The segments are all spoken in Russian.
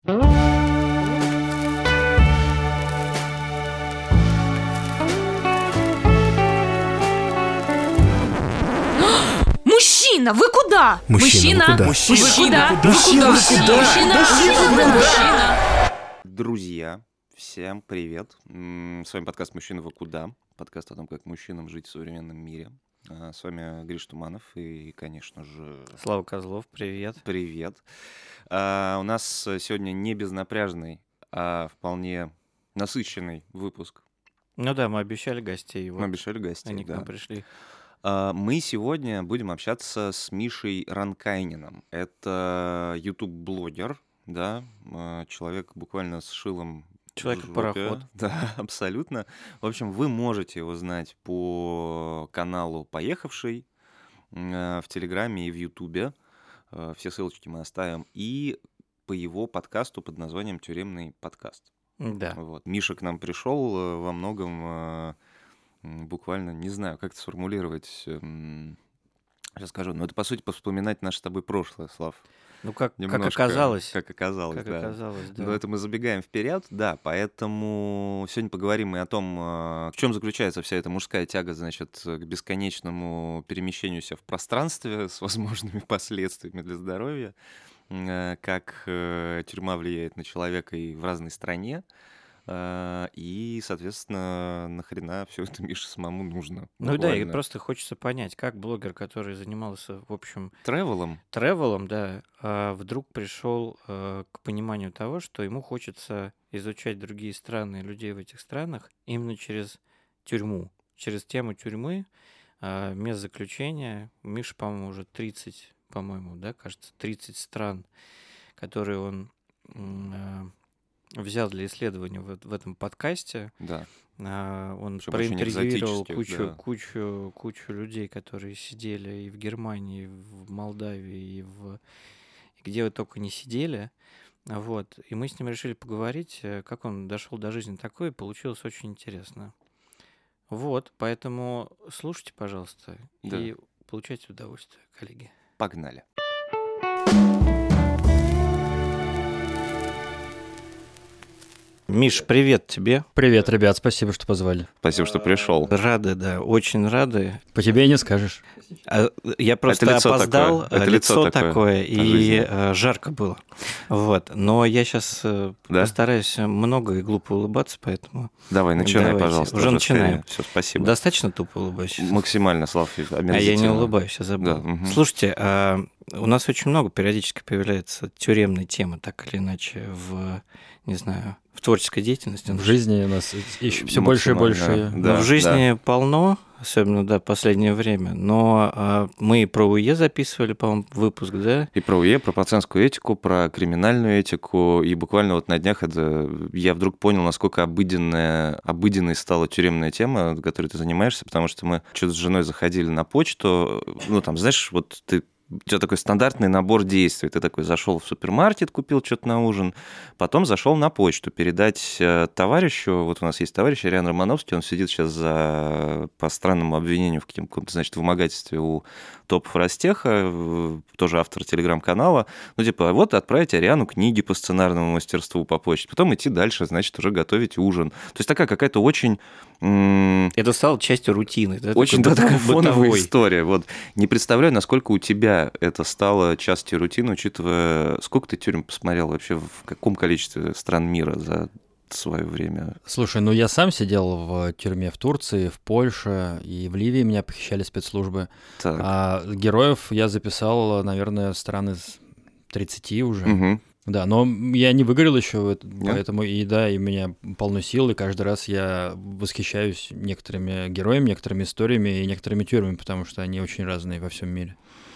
Мужчина, вы куда? Мужчина, вы куда? Мужчина. Друзья, всем привет. С вами подкаст «Мужчина, вы куда?». Подкаст о том, как мужчинам жить в современном мире. С вами Гриш Туманов и, конечно же... Слава Козлов, привет. Привет. У нас сегодня не безнапряжный, а вполне насыщенный выпуск. Ну да, мы обещали гостей. Вот. Мы обещали гостей, Они к да. нам пришли. Мы сегодня будем общаться с Мишей Ранкайниным. Это YouTube-блогер, да, человек буквально с шилом в Человек-пароход. жопе. Да, абсолютно. В общем, вы можете его знать по каналу «Поехавший» в Телеграме и в Ютубе. Все ссылочки мы оставим. И по его подкасту под названием «Тюремный подкаст». Да. Вот. Миша к нам пришел во многом... буквально, не знаю, как это сформулировать. Сейчас скажу. Но это, по сути, вспоминать наше с тобой прошлое, Слав. Ну, как Немножко, оказалось. Как оказалось, да. Да. Но это мы забегаем вперед, да. Поэтому сегодня поговорим мы о том, в чем заключается вся эта мужская тяга, значит, к бесконечному перемещению себя в пространстве с возможными последствиями для здоровья, как тюрьма влияет на человека и в разной стране. И, соответственно, нахрена все это Мише самому нужно? Ну да, и Буквально. просто хочется понять, как блогер, который занимался, в общем, Тревелом? тревелом, да, вдруг пришел к пониманию того, что ему хочется изучать другие страны и людей в этих странах именно через тюрьму, через тему тюрьмы, мест заключения. Миша, по-моему, уже 30, по-моему, да, кажется, 30 стран, которые он взял для исследования в этом подкасте. Да. Он Причем очень проинтервьюировал экзотических, кучу людей, которые сидели и в Германии, и в Молдавии, и где вы только не сидели. Вот. И мы с ним решили поговорить, как он дошел до жизни такой, и получилось очень интересно. Вот, поэтому слушайте, пожалуйста, Да. и получайте удовольствие, коллеги. Погнали. Миш, привет тебе. Привет, ребят, спасибо, что позвали. Спасибо, что пришел. Рады, да, очень рады. По тебе и не скажешь. Я просто лицо опоздал, такое. Это лицо такое и жизни. жарко было. Вот. Но я сейчас постараюсь много и глупо улыбаться, поэтому Давай, начинай, давайте. пожалуйста. Уже начинаем. Все, спасибо. Достаточно тупо улыбаюсь. Максимально, Слав, А я не омерзительно. улыбаюсь, я забыл. Да, мгм. Слушайте, у нас очень много периодически появляется тюремной темы, так или иначе, не знаю, в творческой деятельности. В жизни у нас еще все больше и больше. Максимально, да. В жизни полно, особенно, да, в последнее время, но мы про УЕ записывали, по-моему, выпуск, да? И про УЕ, про пацанскую этику, про криминальную этику. И буквально вот на днях я вдруг понял, насколько обыденной стала тюремная тема, которой ты занимаешься, потому что мы что-то с женой заходили на почту. Ну, там, знаешь, вот у тебя такой стандартный набор действий. Ты такой зашел в супермаркет, купил что-то на ужин, потом зашел на почту передать товарищу. Вот у нас есть товарищ Ариан Романовский, он сидит сейчас по странному обвинению в каком-то, значит, вымогательстве у топов Ростеха, тоже автор телеграм-канала. Ну, типа, вот отправить Ариану книги по сценарному мастерству по почте, потом идти дальше, значит, уже готовить ужин. То есть такая какая-то очень... Это стало частью рутины. Да? Очень такая фоновая бытовой. история. Вот. Не представляю, насколько у тебя это стало частью рутины, учитывая, сколько ты тюрем посмотрел вообще, в каком количестве стран мира за свое время. Слушай, ну я сам сидел в тюрьме в Турции, в Польше и в Ливии меня похищали спецслужбы. Так. А героев я записал, наверное, стран из 30 уже. Мгм. Да, но я не выгорел еще, Нет? поэтому и да, и у меня полно сил, и каждый раз я восхищаюсь некоторыми героями, некоторыми историями и некоторыми тюрьмами, потому что они очень разные во всем мире.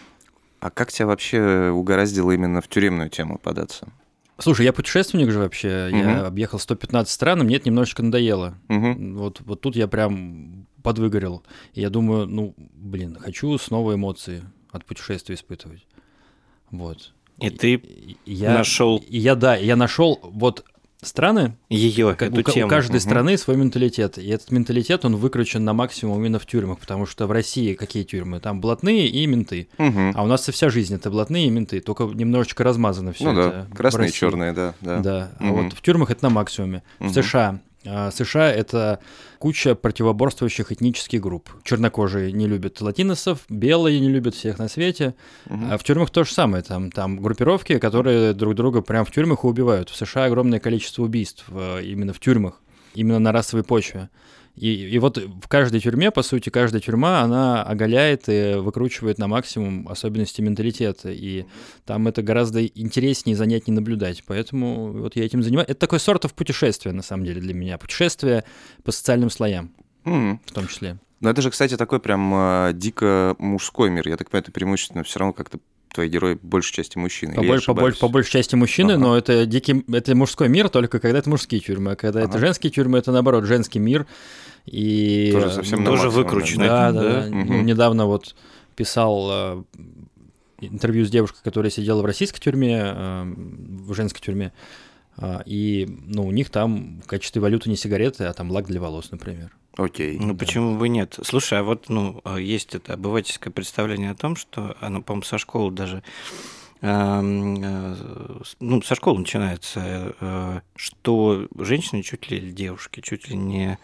А как тебя вообще угораздило именно в тюремную тему податься? Слушай, я путешественник же вообще, Мгм. я объехал 115 стран, и мне это немножечко надоело. Мгм. Вот тут я прям подвыгорел. И я думаю, хочу снова эмоции от путешествий испытывать. Вот. И ты я нашел. Я нашел вот страны, Ее, у эту тему. каждой страны свой менталитет. И этот менталитет, он выкручен на максимум именно в тюрьмах, потому что в России какие тюрьмы? Там блатные и менты. А у нас вся жизнь это блатные и менты, только немножечко размазано все это. Красные и черные, да. Да, а вот в тюрьмах это на максимуме. В США. США — это куча противоборствующих этнических групп. Чернокожие не любят латиносов, белые не любят всех на свете. А в тюрьмах то же самое. Там группировки, которые друг друга прямо в тюрьмах и убивают. В США огромное количество убийств именно в тюрьмах, именно на расовой почве. И вот в каждой тюрьме, по сути, каждая тюрьма, она оголяет и выкручивает на максимум особенности менталитета. И там это гораздо интереснее и занятнее наблюдать. Поэтому вот я этим занимаюсь. Это такой сортов путешествие, на самом деле, для меня. Путешествие по социальным слоям, в том числе. Но это же, кстати, такой прям дико мужской мир. Я так понимаю, это преимущественно все равно как-то твои герои по большей части мужчины. По большей части мужчины, но это мужской мир, только когда это мужские тюрьмы. А когда это женские тюрьмы, это наоборот женский мир. И тоже совсем тоже выкручено. Да. Недавно вот писал интервью с девушкой, которая сидела в российской тюрьме, в женской тюрьме, и у них там в качестве валюты не сигареты, а там лак для волос, например. Окей. Почему бы нет? Слушай, а вот есть это обывательское представление о том, что оно, по-моему, со школы даже, со школы начинается, что женщины чуть ли девушки, чуть ли не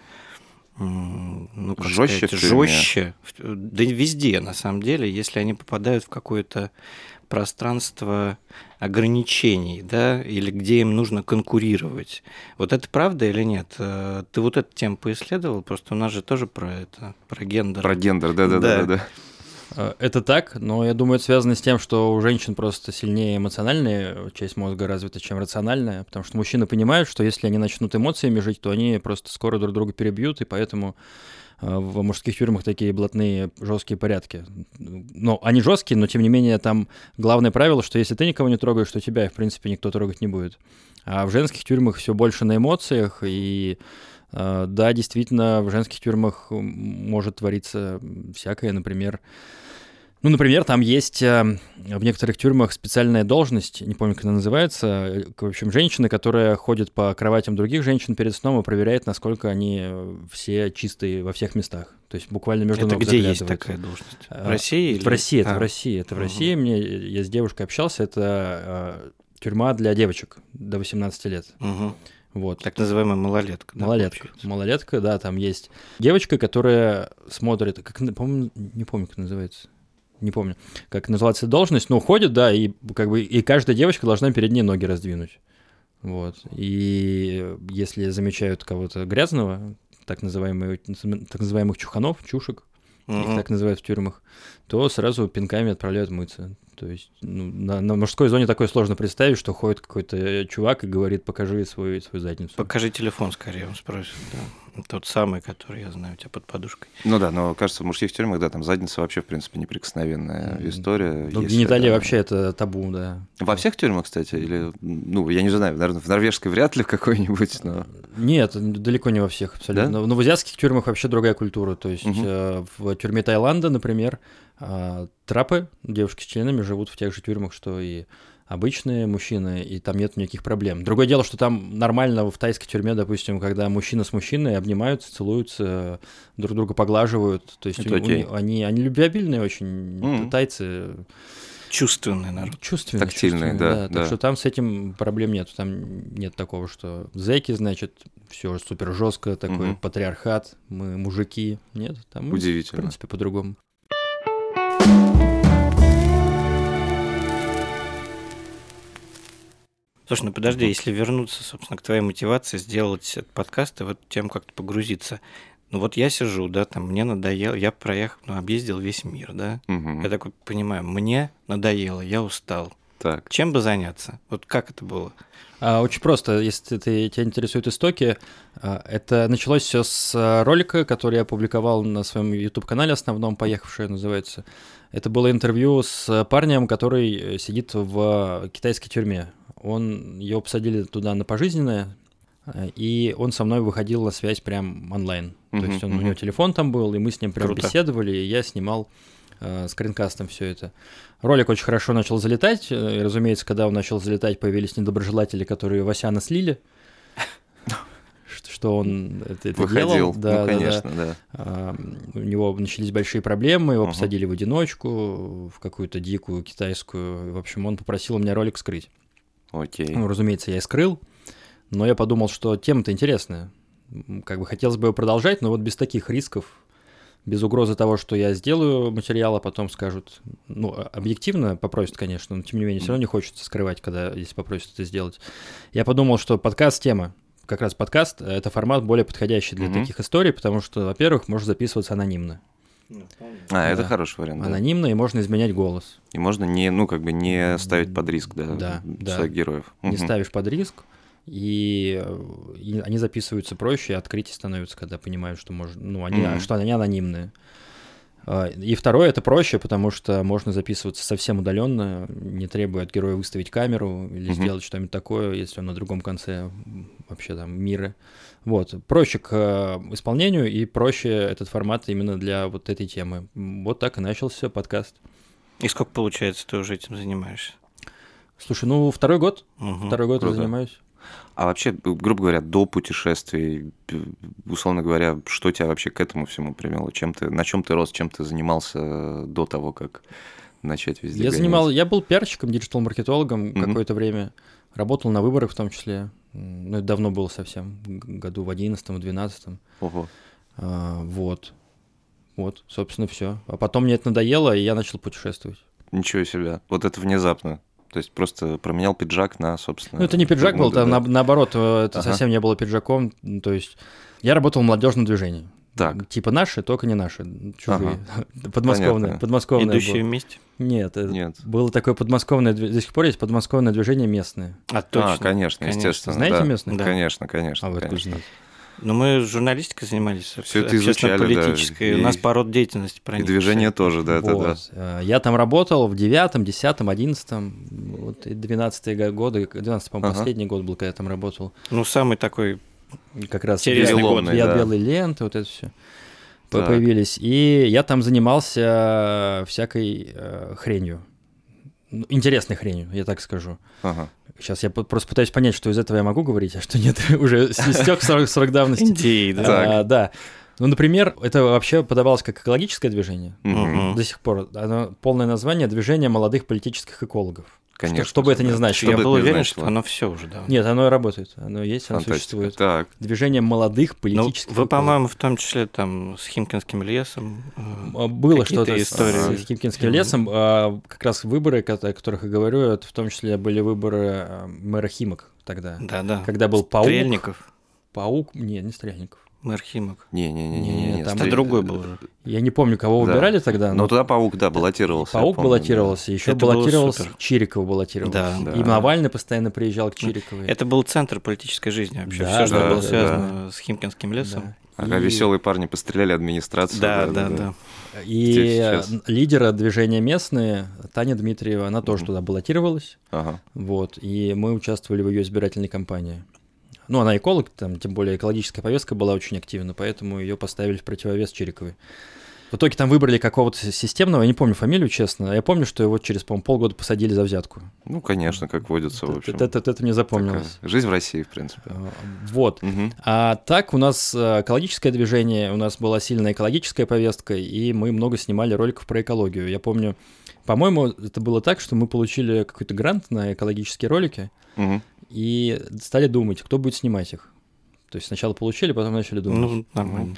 жестче, да везде, на самом деле, если они попадают в какое-то пространство ограничений, да, или где им нужно конкурировать. Вот это правда или нет? Ты вот эту тему поисследовал? Просто у нас же тоже про гендер. Про гендер, да. Это так, но я думаю, это связано с тем, что у женщин просто сильнее эмоциональная часть мозга развита, чем рациональная, потому что мужчины понимают, что если они начнут эмоциями жить, то они просто скоро друг друга перебьют, и поэтому в мужских тюрьмах такие блатные жесткие порядки. Они жесткие, но тем не менее там главное правило, что если ты никого не трогаешь, то тебя, в принципе, никто трогать не будет. А в женских тюрьмах все больше на эмоциях, и да, действительно, в женских тюрьмах может твориться всякое, например, там есть в некоторых тюрьмах специальная должность, не помню, как она называется, в общем, женщина, которая ходит по кроватям других женщин перед сном и проверяет, насколько они все чистые во всех местах. То есть буквально между ног заглядывает. Это где есть такая должность? В России? В России, это в России. Это в России. Я с девушкой общался, это тюрьма для девочек до 18 лет. Вот. Так называемая малолетка. Малолетка, да, там есть девочка, которая смотрит, не помню, как называется. Не помню, как называется должность, но уходит, да, и и каждая девочка должна перед ней ноги раздвинуть. Вот. И если замечают кого-то грязного, так называемых чуханов, чушек, их так называют в тюрьмах, то сразу пинками отправляют мыться. То есть на мужской зоне такое сложно представить, что ходит какой-то чувак и говорит: покажи свою задницу. Покажи телефон, скорее, он спросит. Да. Тот самый, который я знаю у тебя под подушкой. Но кажется, в мужских тюрьмах, да, там задница вообще, в принципе, неприкосновенная история. Гениталия вообще это табу, да. Во всех тюрьмах, кстати? Или, я не знаю, наверное, в норвежской вряд ли в какой-нибудь, но... Нет, далеко не во всех абсолютно. Да? Но в азиатских тюрьмах вообще другая культура. То есть в тюрьме Таиланда, например, трапы, девушки с членами, живут в тех же тюрьмах, что и обычные мужчины, и там нет никаких проблем. Другое дело, что там нормально в тайской тюрьме, допустим, когда мужчина с мужчиной обнимаются, целуются, друг друга поглаживают. То есть они любвеобильные очень, тайцы. Чувственный народ. Тактильный, да. Так что там с этим проблем нет. Там нет такого, что зэки, значит, все супер жестко, такой патриархат, мы мужики. Нет, там удивительно. В принципе, по-другому. Слушай, подожди, если вернуться, собственно, к твоей мотивации, сделать этот подкаст и в эту тему как-то погрузиться. Вот я сижу, да, там мне надоело, я проехал, объездил весь мир, да. Я такой понимаю, мне надоело, я устал. Так. Чем бы заняться? Вот как это было? Очень просто, если тебя интересуют истоки, это началось все с ролика, который я опубликовал на своем YouTube-канале основном, «Поехавшая» называется. Это было интервью с парнем, который сидит в китайской тюрьме. Его посадили туда на пожизненное, и он со мной выходил на связь прям онлайн. То есть у него телефон там был, и мы с ним прям беседовали, и я снимал скринкастом все это. Ролик очень хорошо начал залетать, и, разумеется, когда он начал залетать, появились недоброжелатели, которые Васяна слили. что он это Выходил, делал. Да, ну, конечно, У него начались большие проблемы, его Ага. посадили в одиночку, в какую-то дикую китайскую. В общем, он попросил у меня ролик скрыть. Окей. Ну, разумеется, я и скрыл, но я подумал, что тема-то интересная. Как бы хотелось бы ее продолжать, но вот без таких рисков, без угрозы того, что я сделаю материал, а потом скажут, ну, объективно попросят, конечно, но тем не менее все равно не хочется скрывать, если попросят это сделать. Я подумал, что подкаст-тема, как раз подкаст, это формат более подходящий для таких историй, потому что, во-первых, может записываться анонимно. Это Да. хороший вариант, да. Анонимно, и можно изменять голос. И можно не ставить под риск, Да. своих героев. Не Мгм. ставишь под риск, и они записываются проще, и открытие становится, когда понимают, что что они анонимные. И второе, это проще, потому что можно записываться совсем удаленно, не требуя от героя выставить камеру или сделать что-нибудь такое, если он на другом конце вообще там мира. Вот. Проще к исполнению и проще этот формат именно для вот этой темы. Вот так и начался подкаст. И сколько, получается, ты уже этим занимаешься? Слушай, второй год. Мгм. Второй год я Круто. занимаюсь. А вообще, грубо говоря, до путешествий, условно говоря, что тебя вообще к этому всему привело? На чем ты рос, чем ты занимался до того, как начать везде гонять? Я был пиарщиком, диджитал-маркетологом Мгм. какое-то время. Работал на выборах в том числе. Ну, это давно было совсем, году в 11-м, в 12-м. Ого. Вот, собственно, все. А потом мне это надоело, и я начал путешествовать. Ничего себе. Вот это внезапно. То есть просто променял пиджак на, собственно... Ну, это не пиджак был, моду, там да. наоборот, это Ага. совсем не было пиджаком. То есть я работал в молодежном движении. Так. Типа наши, только не наши, чужие. Понятно. Подмосковное Идущие было. вместе? Нет, Нет. было такое подмосковное, до сих пор есть подмосковное движение местное. Точно. Конечно, естественно. Знаете да. местных? Да. Конечно, А вы откуда конечно. знаете? Ну, мы журналистикой занимались, Всё это изучали, общественно-политической. да, У нас и- по роду деятельности про И них движение писали. тоже, да, это да. Вот. Я там работал в 9-м, 10-м, 11-м, вот, и 12-е годы, 12-й, по-моему, Ага. последний год был, когда я там работал. Ну, самый такой... Как раз Интересный Переломный, да. белые ленты, вот это все Так. появились. И я там занимался всякой хренью. Ну, интересной хренью, я так скажу. Ага. Сейчас я просто пытаюсь понять, что из этого я могу говорить, а что нет, уже стек срок давности. Идеи, да? Так. Да. Ну, например, это вообще подавалось как экологическое движение. Мгм. До сих пор. Оно полное название «Движение молодых политических экологов». Конечно. Что бы это ни да. значило. Я Что бы был это ни уверен, значило. что оно все уже давно. Нет, оно работает. Оно есть, оно Фантастика. существует. Так. Движение молодых Ну, политических вы, экологов. по-моему, в том числе там с Химкинским лесом. Было какие-то что-то истории. с Химкинским лесом. Как раз выборы, о которых я говорю, это в том числе были выборы мэра Химок тогда. Да-да. Когда был Паук. Стрельников. Не Стрельников. Мэр Химок. Не-не-не. Нет, там Это другой был уже. Я не помню, кого Да. выбирали тогда. Но туда Паук, да, баллотировался. я Паук помню, баллотировался, еще Это было баллотировался, супер. Чириков баллотировался. Да. Да. И Навальный постоянно приезжал к Чириковой. Это был центр политической жизни вообще. Да, Все, что да, было да, связано с Химкинским лесом. Да. Ага, И- веселые парни постреляли администрацию. Да. И Здесь сейчас. лидера движения местные, Таня Дмитриева, она тоже Мгм. туда баллотировалась. Ага. Вот, и мы участвовали в ее избирательной кампании. Ну, она эколог, там, тем более экологическая повестка была очень активна, поэтому ее поставили в противовес Чириковой. В итоге там выбрали какого-то системного, я не помню фамилию, честно. Я помню, что его через, по-моему, полгода посадили за взятку. Ну, конечно, как водится, в общем. Это мне запомнилось. Такая жизнь в России, в принципе. Вот. Мгм. А так у нас экологическое движение, у нас была сильная экологическая повестка, и мы много снимали роликов про экологию. Я помню, по-моему, это было так, что мы получили какой-то грант на экологические ролики Мгм. и стали думать, кто будет снимать их. То есть сначала получили, потом начали думать. Ну, нормально.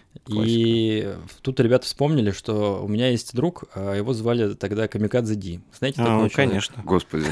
И тут ребята вспомнили, что у меня есть друг, а его звали тогда Камикадзе Ди. Знаете такого человека? Конечно. Господи.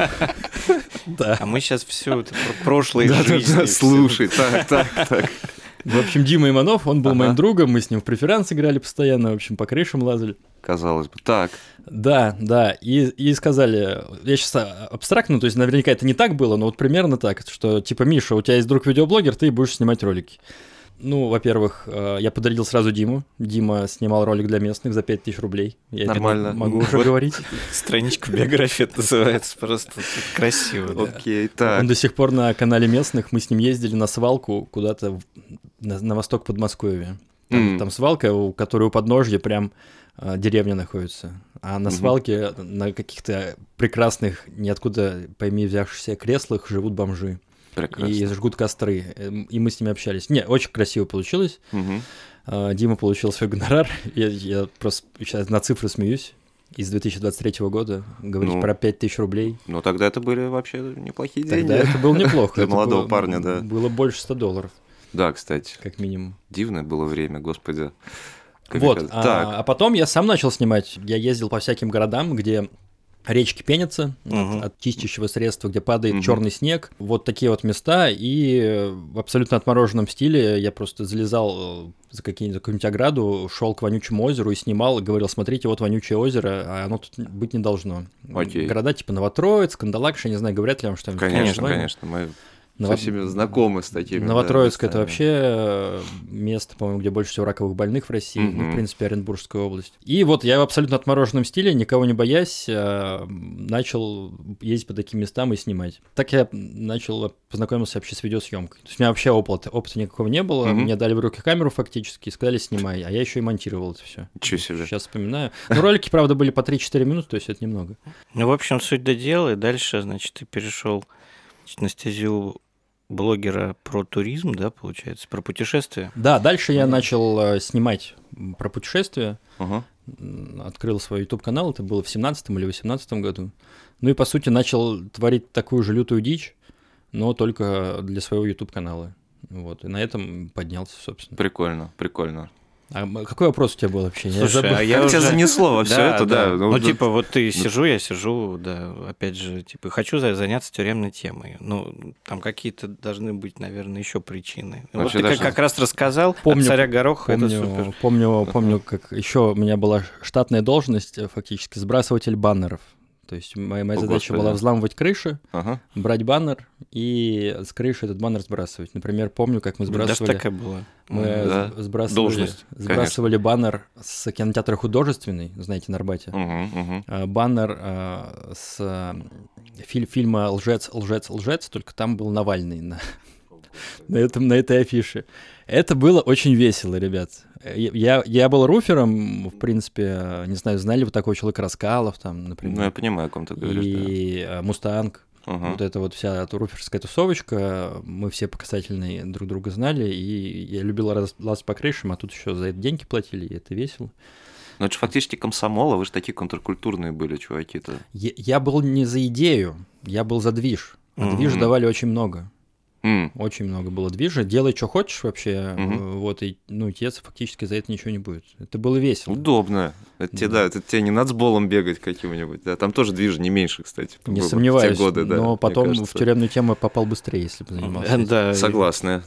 Да. А мы сейчас все это прошлое Да, жизни. да, всё. слушай, так. В общем, Дима Иманов, он был Ага. моим другом, мы с ним в преферанс играли постоянно, в общем, по крышам лазали. Казалось бы. Так. Да, и сказали, я сейчас абстрактно, то есть наверняка это не так было, но вот примерно так, что типа, Миша, у тебя есть друг-видеоблогер, ты будешь снимать ролики. Ну, во-первых, я подарил сразу Диму. Дима снимал ролик для местных за 5000 рублей. Я это Нормально. могу уже Вот. говорить. Страничка биографии это называется. Просто красиво. да. Окей, так. Он до сих пор на канале местных. Мы с ним ездили на свалку куда-то на восток Подмосковья. Там свалка, у которой у подножья прям деревня находится. А на Мгм. свалке на каких-то прекрасных, ниоткуда пойми взявшихся креслах живут бомжи. Прекрасно. и жгут костры. И мы с ними общались. Не, очень красиво получилось. Дима получил свой гонорар. Я просто сейчас на цифры смеюсь. Из 2023 года говорить про 5000 рублей. Ну, тогда это были вообще неплохие деньги. Тогда это было неплохо. Для Это молодого было- парня, да. Было больше $100, Да, кстати. как минимум. Дивное было время, господи. Вот, Так. а потом я сам начал снимать. Я ездил по всяким городам, где речки пенятся от чистящего средства, где падает черный снег. Вот такие вот места. И в абсолютно отмороженном стиле я просто залезал за какую-нибудь ограду, шел к вонючему озеру и снимал, и говорил: смотрите, вот вонючее озеро, а оно тут быть не должно. Окей. Города типа Новотроицк, Кандалакша, я не знаю, говорят ли вам что-нибудь? Конечно, название? конечно. Мы со всеми знакомы с такими. Новотроицк это местами. вообще место, по-моему, где больше всего раковых больных в России, ну, в принципе, Оренбургская область. И вот я в абсолютно отмороженном стиле, никого не боясь, начал ездить по таким местам и снимать. Так я познакомился вообще с видеосъемкой. То есть у меня вообще опыта никакого не было. Мне дали в руки камеру фактически и сказали: снимай, а я еще и монтировал это все. Ничего себе. Сейчас вспоминаю. Но ролики, правда, были по 3-4 минуты, то есть это немного. Ну, в общем, суть до дела, и дальше, значит, ты перешел на стезю блогера про туризм, да, получается, про путешествия. Да, дальше я начал снимать про путешествия. Ага. Открыл свой YouTube-канал, это было в 17-м или 18-м году. Ну и, по сути, начал творить такую же лютую дичь, но только для своего YouTube-канала. Вот, и на этом поднялся, собственно. Прикольно, прикольно. А какой вопрос у тебя был вообще? Я Слушай, забыл. а я Как тебя уже- занесло во все это, да? Ну, типа, вот ты я сижу, да, опять же, типа, хочу заняться тюремной темой. Ну, там какие-то должны быть, наверное, еще причины. Вот Вообще ты даже- как раз рассказал Помню- от царя Гороха, это супер. Помню, как еще у меня была штатная должность, фактически, сбрасыватель баннеров. То есть моя задача Господи. была взламывать крыши, Ага. брать баннер и с крыши этот баннер сбрасывать. Например, помню, как мы Даже сбрасывали... такая была. Мы Да. Должность, сбрасывали баннер с кинотеатра «Художественный», знаете, на Арбате. Баннер с фильма «Лжец, лжец, лжец», только там был Навальный на этой афише. Это было очень весело, ребят. Я был руфером, в принципе, не знаю, знали вы такого человека, Раскалов, там, Ну, например, я понимаю, о ком ты говоришь, и Мустанг. Ага. Вот это вот вся эта руферская тусовочка, мы все по касательной друг друга знали, и я любил лазать по крышам, а тут еще за это деньги платили, и это весело. Ну, это же фактически комсомол, а вы же такие контркультурные были, чуваки-то. Я был не за идею, я был за движ. А движа давали очень много. Очень много было движа. Делай, что хочешь вообще, вот, и, ну, тебе фактически за это ничего не будет. Это было весело. Удобно. Это тебе, да, это тебе не нацболом бегать каким-нибудь. Да, там тоже движа не меньше, кстати. Не было в те сомневаюсь, годы, да, но мне потом в кажется. тюремную тему я попал быстрее, если бы занимался этим. Да, Согласны.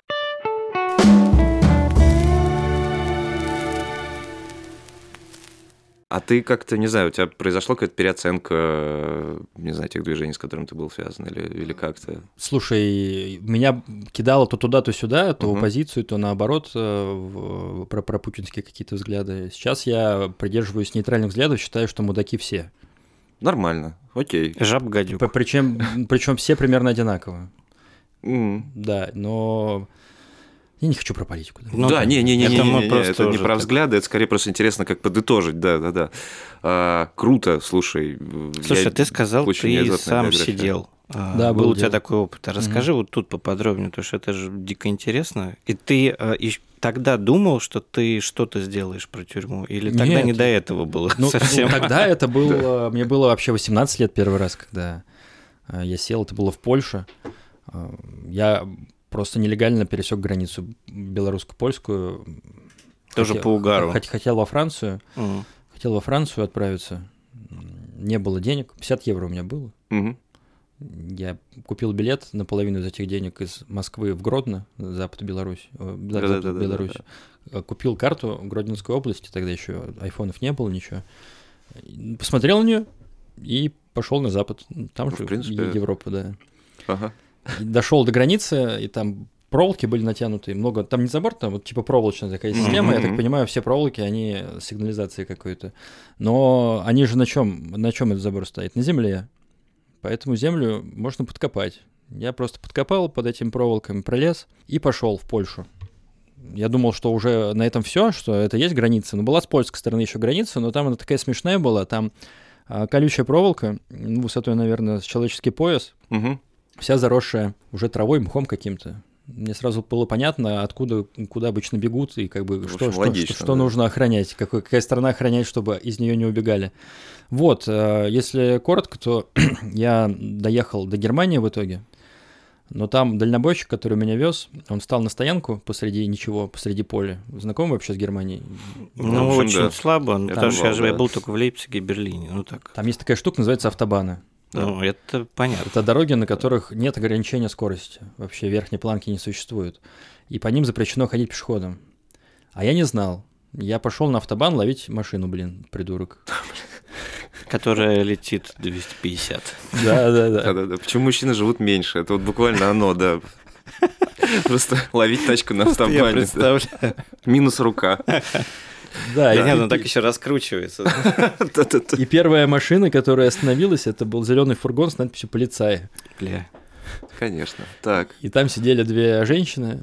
А ты как-то, не знаю, у тебя произошла какая-то переоценка, не знаю, тех движений, с которыми ты был связан, или как-то? Слушай, меня кидало то туда, то сюда, то в оппозицию, то наоборот, про путинские какие-то взгляды. Сейчас я придерживаюсь нейтральных взглядов, считаю, что мудаки все. Нормально, окей. Жаб-гадюк. Причем все примерно одинаково. М. Да, но я не хочу про политику. Да. Ну, да, это мы не, просто это не уже про так. взгляды, это скорее просто интересно, как подытожить, да. Круто, слушай. Слушай, ты сказал, очень ты невероятная сам биография. сидел. Да, был был у тебя дело. такой опыт. А расскажи вот тут поподробнее, потому что это же дико интересно. И ты тогда думал, что ты что-то сделаешь про тюрьму? Или тогда Нет. не до этого было Ну, совсем? тогда это было... Мне было вообще 18 лет первый раз, когда я сел, это было в Польше. Я просто нелегально пересек границу белорусско-польскую. Тоже по угару. Хотел во Францию. Мгм. Хотел во Францию отправиться. Не было денег. 50 евро у меня было. Мгм. Я купил билет на половину из этих денег из Москвы в Гродно, запад Беларусь. Да-да-да-да-да. Беларусь. Купил карту Гродненской области, тогда еще айфонов не было, ничего. Посмотрел на нее и пошел на запад. Там Ну, же в принципе. Европа, да. Ага. Дошел до границы, и там проволоки были натянуты, много, там не забор, там вот типа проволочная такая система, я так понимаю, все проволоки, они с сигнализацией какой-то. Но они же на чем этот забор стоит? На земле. Поэтому землю можно подкопать. Я просто подкопал под этими проволоками, пролез и пошел в Польшу. Я думал, что уже на этом все, что это есть граница. Но была с польской стороны еще граница, но там она такая смешная была. Там колючая проволока, высотой, наверное, с человеческий пояс. Мгм. вся заросшая уже травой, мхом каким-то. Мне сразу было понятно, откуда, куда обычно бегут, и как бы что нужно охранять, какая сторона охранять, чтобы из нее не убегали. Вот, если коротко, то я доехал до Германии в итоге, но там дальнобойщик, который меня вез, он встал на стоянку посреди ничего, посреди поля. Знаком вообще с Германией? Ну, в общем, очень да. слабо, потому что бывал, я да. был только в Лейпциге и Берлине, ну так. Там есть такая штука, называется автобаны. Ну, это понятно. Это дороги, на которых нет ограничения скорости. Вообще верхней планки не существует. И по ним запрещено ходить пешеходом. А я не знал. Я пошел на автобан ловить машину, придурок. Которая летит 250. Да. Да-да-да. Почему мужчины живут меньше? Это вот буквально оно, да. Просто ловить тачку на Я автобане. представляю. Минус рука. Да, Нет, и- он так еще раскручивается. Да-да-да. И первая машина, которая остановилась, это был зеленый фургон с надписью «Полицаи». Бля. Конечно. Так. И там сидели две женщины,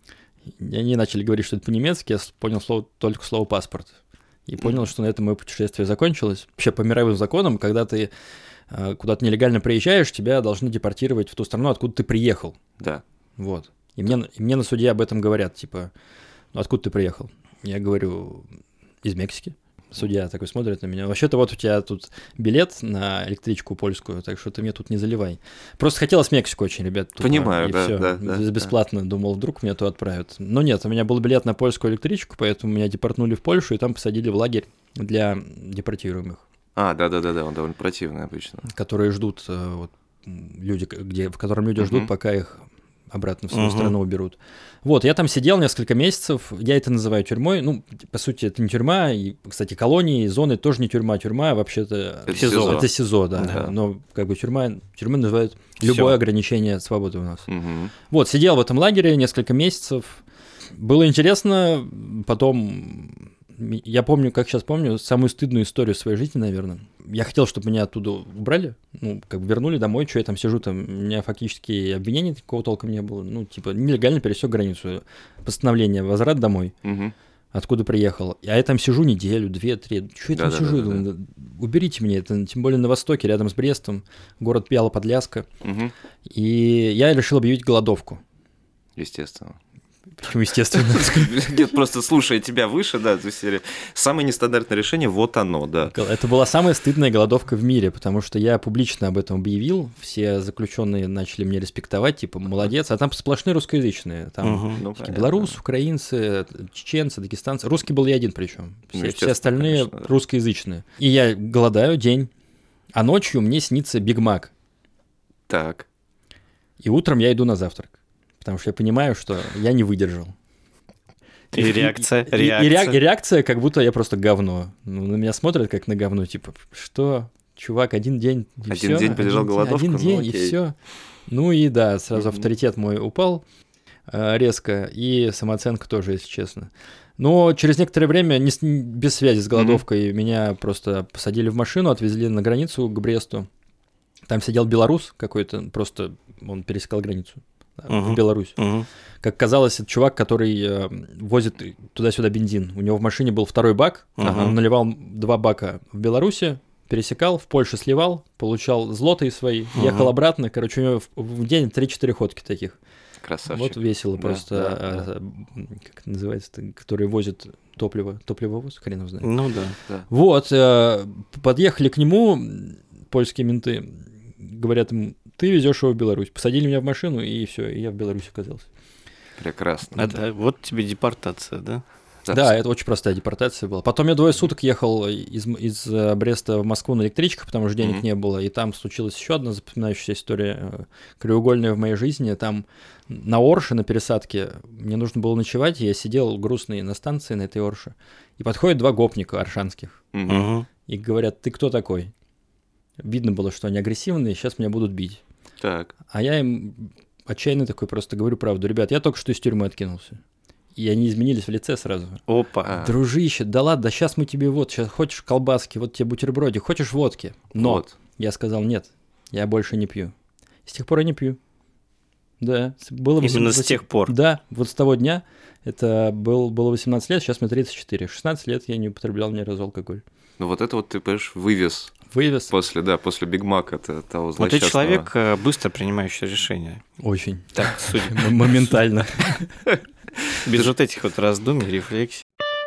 и они начали говорить что-то по-немецки, я понял только слово «паспорт». И понял, что на этом мое путешествие закончилось. Вообще, по мировым законам, когда ты куда-то нелегально приезжаешь, тебя должны депортировать в ту страну, откуда ты приехал. Да. Вот. И мне на суде об этом говорят, типа, ну откуда ты приехал? Я говорю, из Мексики. Судья такой смотрит на меня. Вообще-то вот у тебя тут билет на электричку польскую, так что ты мне тут не заливай. Просто хотелось в Мексику очень, ребят. тупо, Понимаю, и да, всё. да. Бесплатно думал, вдруг меня туда отправят. Но нет, у меня был билет на польскую электричку, поэтому меня депортнули в Польшу и там посадили в лагерь для депортируемых, Да, он довольно противный обычно. которые ждут, люди, в котором люди ждут, пока их обратно в свою страну уберут. Вот, я там сидел несколько месяцев, я это называю тюрьмой, ну, по сути, это не тюрьма, и, кстати, колонии, зоны тоже не тюрьма, вообще-то Это СИЗО. это СИЗО, да, Да. но как бы тюрьмой называют Всё. любое ограничение свободы у нас. Мгм. Вот, сидел в этом лагере несколько месяцев, было интересно, потом, я помню, как сейчас помню, самую стыдную историю своей жизни, наверное. Я хотел, чтобы меня оттуда убрали, ну, как бы вернули домой, что я там сижу, там, у меня фактически обвинений такого толком не было, ну, типа, нелегально пересек границу, постановление, возврат домой, Мгм. откуда приехал. А я там сижу неделю, 2-3, что я там Да-да-да-да-да. сижу, думаю, да уберите меня, это тем более на востоке, рядом с Брестом, город Пьяло-Подляска, Мгм. и я решил объявить голодовку. Естественно. Почему, естественно? Нет, просто слушая тебя выше, да, эту серию. Самое нестандартное решение, вот оно, да. Это была самая стыдная голодовка в мире, потому что я публично об этом объявил, все заключенные начали мне респектовать, типа, молодец, а там сплошные русскоязычные, там Мгм. Ну, всякие понятно. белорусы, украинцы, чеченцы, дагестанцы, русский был я один причем, Ну, все естественно, остальные конечно, да. русскоязычные. И я голодаю день, а ночью мне снится Биг Мак, Так. и утром я иду на завтрак, потому что я понимаю, что я не выдержал. И реакция, И реакция, как будто я просто говно. Ну, на меня смотрят как на говно, типа, что, чувак, один день, и Один всё? день пережил голодовку? Один Ну, день, и окей. все. Ну и да, сразу Мгм. авторитет мой упал резко, и самооценка тоже, если честно. Но через некоторое время, без связи с голодовкой, меня просто посадили в машину, отвезли на границу к Бресту. Там сидел белорус какой-то, просто он пересекал границу в Мгм. Беларусь. Мгм. Как казалось, это чувак, который возит туда-сюда бензин. У него в машине был второй бак, Ага. он наливал 2 бака в Беларуси, пересекал, в Польше сливал, получал злотые свои, ехал обратно. Короче, у него в день 3-4 ходки таких. Красавчик. Вот весело Да, просто. да, Как это называется, который возит топливо. Топливовоз? Хрен его знает. Ну да. Вот, подъехали к нему польские менты, говорят ему, ты везешь его в Беларусь. Посадили меня в машину, и все, и я в Беларуси оказался. Прекрасно. А, да, вот тебе депортация, да? Да, это очень простая депортация была. Потом я 2 суток ехал из Бреста в Москву на электричках, потому что денег Мгм. не было, и там случилась еще одна запоминающаяся история, краеугольная в моей жизни. Там на Орше, на пересадке, мне нужно было ночевать, и я сидел грустный на станции на этой Орше, и подходят 2 гопника оршанских, Мгм. Мгм. и говорят, ты кто такой? Видно было, что они агрессивные, сейчас меня будут бить. Так. А я им отчаянно такой просто говорю правду. Ребят, я только что из тюрьмы откинулся. И они изменились в лице сразу. Опа. А. Дружище, да ладно, да сейчас мы тебе вот, сейчас хочешь колбаски, вот тебе бутербродик, хочешь водки. Но Вот. я сказал, нет, я больше не пью. И с тех пор я не пью. Да, было Именно с тех пор. Да, вот с того дня, это было 18 лет, сейчас мне 34. 16 лет я не употреблял ни разу алкоголь. Ну вот это вот ты, понимаешь, вывез вывез. После Биг Мака того Вот злосчастного. ты человек, быстро принимающий решения. Очень. Так, судя Моментально. без вот этих вот раздумий, рефлексий.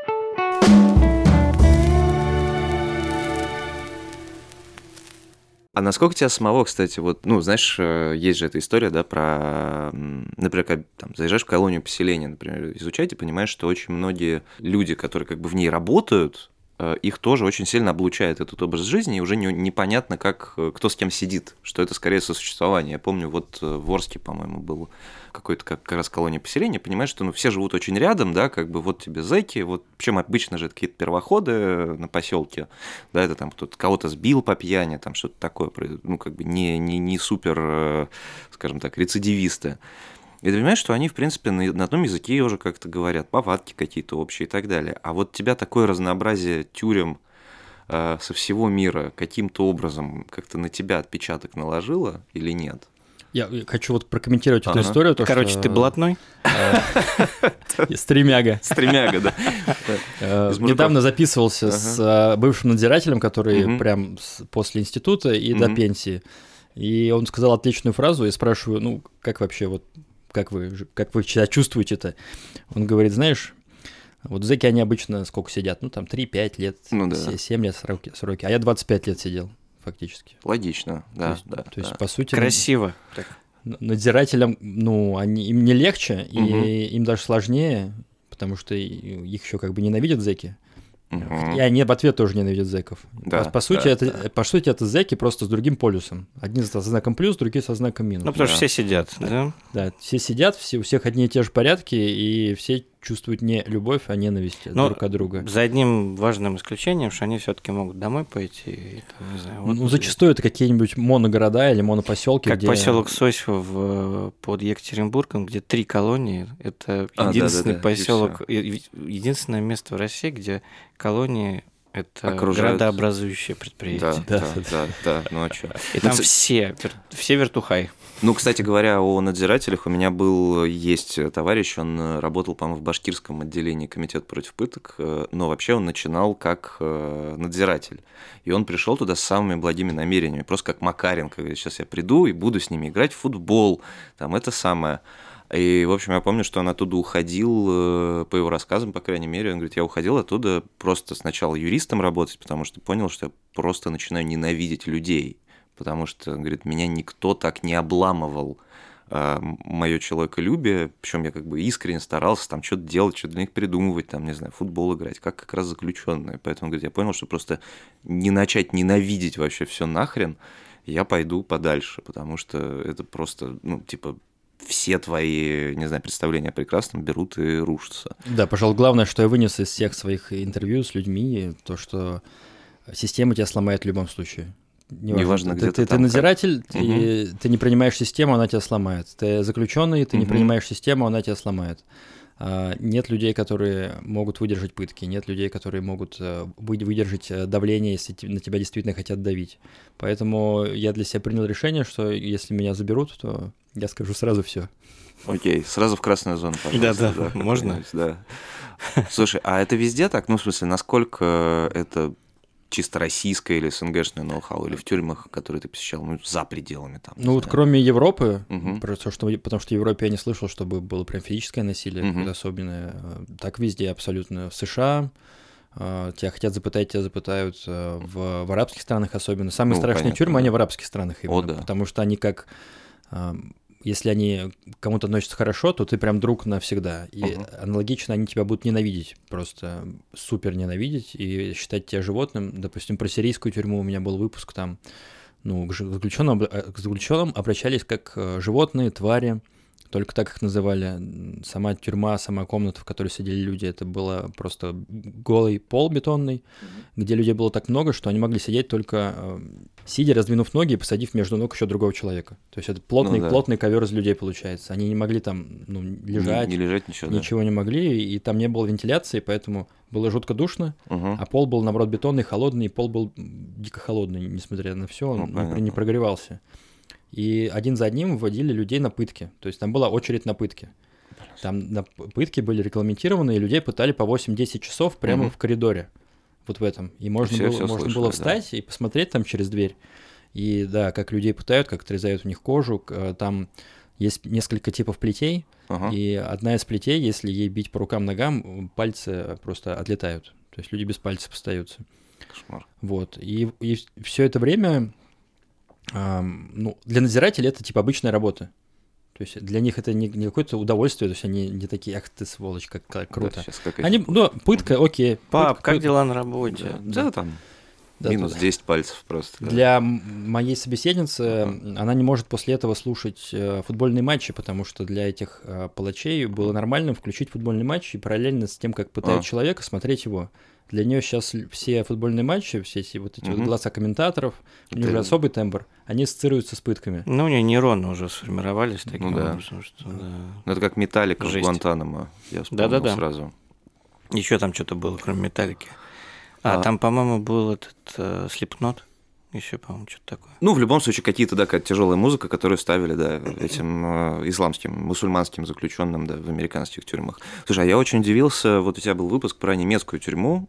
А насколько тебя самого, кстати, вот, ну, знаешь, есть же эта история, да, про, например, когда там заезжаешь в колонию поселения, например, изучать, и понимаешь, что очень многие люди, которые как бы в ней работают, их тоже очень сильно облучает этот образ жизни, и уже непонятно, как, кто с кем сидит, что это скорее сосуществование. Я помню, вот в Орске, по-моему, был какой-то как раз колония поселения, понимаешь, что ну, все живут очень рядом, да, как бы вот тебе зэки, вот, причем обычно же это какие-то первоходы на поселке, да, это там кто-то кого-то сбил по пьяни, там что-то такое, ну, как бы не супер, скажем так, рецидивисты. И ты понимаешь, что они, в принципе, на одном языке уже как-то говорят, повадки какие-то общие и так далее. А вот тебя такое разнообразие тюрем со всего мира каким-то образом как-то на тебя отпечаток наложило или нет? Я хочу вот прокомментировать эту историю. Короче, ты блатной? Стремяга. Стремяга, да. Недавно записывался с бывшим надзирателем, который прям после института и до пенсии. И он сказал отличную фразу, и спрашиваю, ну, как вообще, вот, как вы себя чувствуете-то? Он говорит, знаешь, вот зэки, они обычно сколько сидят? Ну, там, 3-5 лет, 7 лет сроки. А я 25 лет сидел, фактически. Логично, да. То есть, по сути... Красиво. Надзирателям, ну, им не легче, и им даже сложнее, потому что их еще как бы ненавидят зэки. И они в ответ тоже ненавидят зэков. Да, по сути, это зэки просто с другим полюсом. Одни со знаком плюс, другие со знаком минус. Ну, потому что все сидят, да? Да, все сидят, у всех одни и те же порядки, и все чувствуют не любовь, а ненависть друг от друга. За одним важным исключением, что они все-таки могут домой пойти. И, там, не знаю, ну, зачастую это какие-нибудь моногорода или монопоселки. Как поселок Сосьва под Екатеринбургом, где 3 колонии. Это единственный поселок, единственное место в России, где колонии — это градообразующее предприятие. Да. Ну а что? И там все вертухай. Ну, кстати говоря, о надзирателях, у меня есть товарищ, он работал, по-моему, в башкирском отделении комитета против пыток, но вообще он начинал как надзиратель. И он пришел туда с самыми благими намерениями, просто как Макаренко, говорит, сейчас я приду и буду с ними играть в футбол, там это самое. И, в общем, я помню, что он оттуда уходил, по его рассказам, по крайней мере, он говорит, я уходил оттуда просто сначала юристом работать, потому что понял, что я просто начинаю ненавидеть людей, потому что, говорит, меня никто так не обламывал мое человеколюбие, причем я как бы искренне старался там что-то делать, что-то для них придумывать, там, не знаю, футбол играть, как раз заключенные. Поэтому, говорит, я понял, что просто не начать ненавидеть вообще все нахрен, я пойду подальше, потому что это просто, ну, типа, все твои, не знаю, представления о прекрасном берут и рушатся. Да, пожалуй, главное, что я вынес из всех своих интервью с людьми, то, что система тебя сломает в любом случае. Неважно, где ты надзиратель, ты не принимаешь систему, она тебя сломает. Ты заключенный, ты не принимаешь систему, она тебя сломает. Нет людей, которые могут выдержать пытки, нет людей, которые могут выдержать давление, если на тебя действительно хотят давить. Поэтому я для себя принял решение, что если меня заберут, то я скажу сразу все. Окей, сразу в красную зону, пожалуйста. Да, можно? Да. Слушай, а это везде так? Ну, в смысле, насколько это чисто российское или СНГшное ноу-хау, или в тюрьмах, которые ты посещал, ну, за пределами там? Ну, вот кроме Европы, потому что в Европе я не слышал, чтобы было прям физическое насилие особенное. Так везде абсолютно. В США тебя хотят запытать, тебя запытают. В арабских странах особенно. Самые страшные тюрьмы, они в арабских странах именно. Потому что они как... Если они к кому-то относятся хорошо, то ты прям друг навсегда. И аналогично они тебя будут ненавидеть, просто супер ненавидеть и считать тебя животным. Допустим, про сирийскую тюрьму у меня был выпуск, там, ну, к заключенным обращались как животные, твари, только так их называли. Сама тюрьма, сама комната, в которой сидели люди, это было просто голый пол бетонный, где людей было так много, что они могли сидеть только сидя, раздвинув ноги и посадив между ног еще другого человека. То есть это плотный ковер из людей получается. Они не могли там лежать, не лежать, ничего не могли, и там не было вентиляции, поэтому было жутко душно, а пол был, наоборот, бетонный, холодный, и пол был дико холодный, несмотря на все, он не прогревался. И один за одним вводили людей на пытки. То есть там была очередь на пытки. Там на пытки были регламентированы, и людей пытали по 8-10 часов прямо в коридоре. вот в этом. И можно все было слышали, да. встать и посмотреть там через дверь. И да, как людей пытают, как отрезают у них кожу. Там есть несколько типов плетей, и одна из плетей, если ей бить по рукам-ногам, пальцы просто отлетают. То есть люди без пальцев остаются. Кошмар. Вот. И все это время, для надзирателей это типа обычная работа. То есть для них это не какое-то удовольствие, то есть они не такие, ах ты сволочь, как круто. Да, они, пытка, окей. Пап, пытка, как дела на работе? Да, там Да, минус тут- 10 пальцев просто. Да. Для моей собеседницы она не может после этого слушать футбольные матчи, потому что для этих палачей было нормальным включить футбольный матч и параллельно с тем, как пытают человека, смотреть его. Для нее сейчас все футбольные матчи, все эти вот голоса комментаторов, у них Это- же особый тембр, они ассоциируются с пытками. Ну, у нее нейроны уже сформировались таким да. образом, что да. Ну, это как Металлика в Жесть. Гуантанамо. Я вспомнил Да-да-да. сразу. Еще там что-то было, кроме Металлики. А. Там, по-моему, был этот Слипнот. Еще, по-моему, что-то такое. Ну, в любом случае, какие-то, да, какая-то тяжелая музыка, которую ставили, да, этим исламским, мусульманским заключенным, да, в американских тюрьмах. Слушай, а я очень удивился, вот у тебя был выпуск про немецкую тюрьму,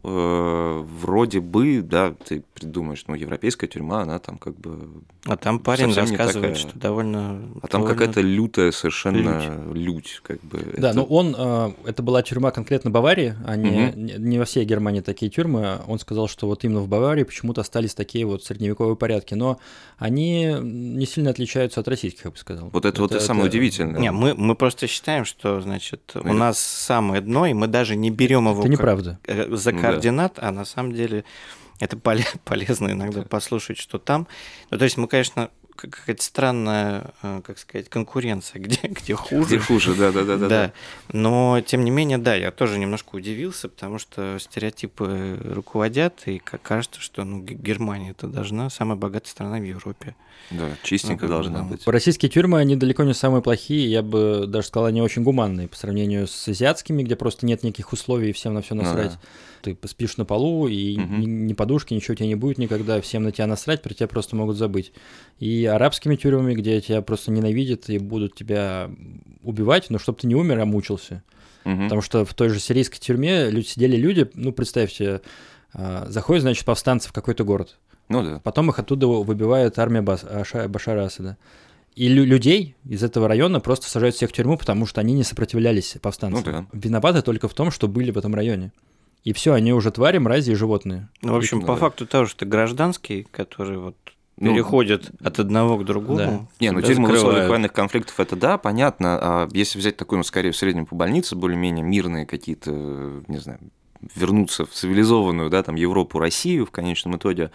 вроде бы, да, ты придумаешь, ну, европейская тюрьма, она там как бы... А там парень совсем не рассказывает, такая. что довольно... А там довольно- какая-то лютая совершенно лють, как бы. Да, это- но это была тюрьма конкретно Баварии, а не во всей Германии такие тюрьмы. Он сказал, что вот именно в Баварии почему-то остались такие вот средневековые порядки, но они не сильно отличаются от российских, я бы сказал. Вот это вот и самое удивительное. Не, мы просто считаем, что, значит, у Нет. нас самое дно, и мы даже не берем его Это неправда. за Ну да. координат, а на самом деле это полезно иногда послушать, что там. Ну, то есть мы, конечно, какая-то странная, как сказать, конкуренция, где хуже. Где хуже, да. Да, но тем не менее, да, я тоже немножко удивился, потому что стереотипы руководят, и кажется, что Германия это должна самая богатая страна в Европе. Да, чистенько Ну, должна да. быть. Российские тюрьмы, они далеко не самые плохие, я бы даже сказал, они очень гуманные по сравнению с азиатскими, где просто нет никаких условий, и всем на все насрать. да. Ты спишь на полу, и ни подушки, ничего у тебя не будет никогда, всем на тебя насрать, про тебя просто могут забыть. И арабскими тюрьмами, где тебя просто ненавидят и будут тебя убивать, но чтобы ты не умер, а мучился. Потому что в той же сирийской тюрьме сидели люди, ну, представьте, заходят, значит, повстанцы в какой-то город. Ну да. Потом их оттуда выбивает армия Башара Асада. И людей из этого района просто сажают всех в тюрьму, потому что они не сопротивлялись повстанцам. Ну да. Виноваты только в том, что были в этом районе. И все, они уже твари, мрази и животные. Ну, в общем, Ну, по да. факту того, что ты гражданский, который вот Ну, переходит от одного к другому. Да. Не, ну тебя тюрьмы в условиях закрывают. военных конфликтов, это да, понятно. А если взять такую, ну, скорее в среднем по больнице, более-менее мирные какие-то, не знаю, вернуться в цивилизованную, да, там, Европу, Россию в конечном итоге,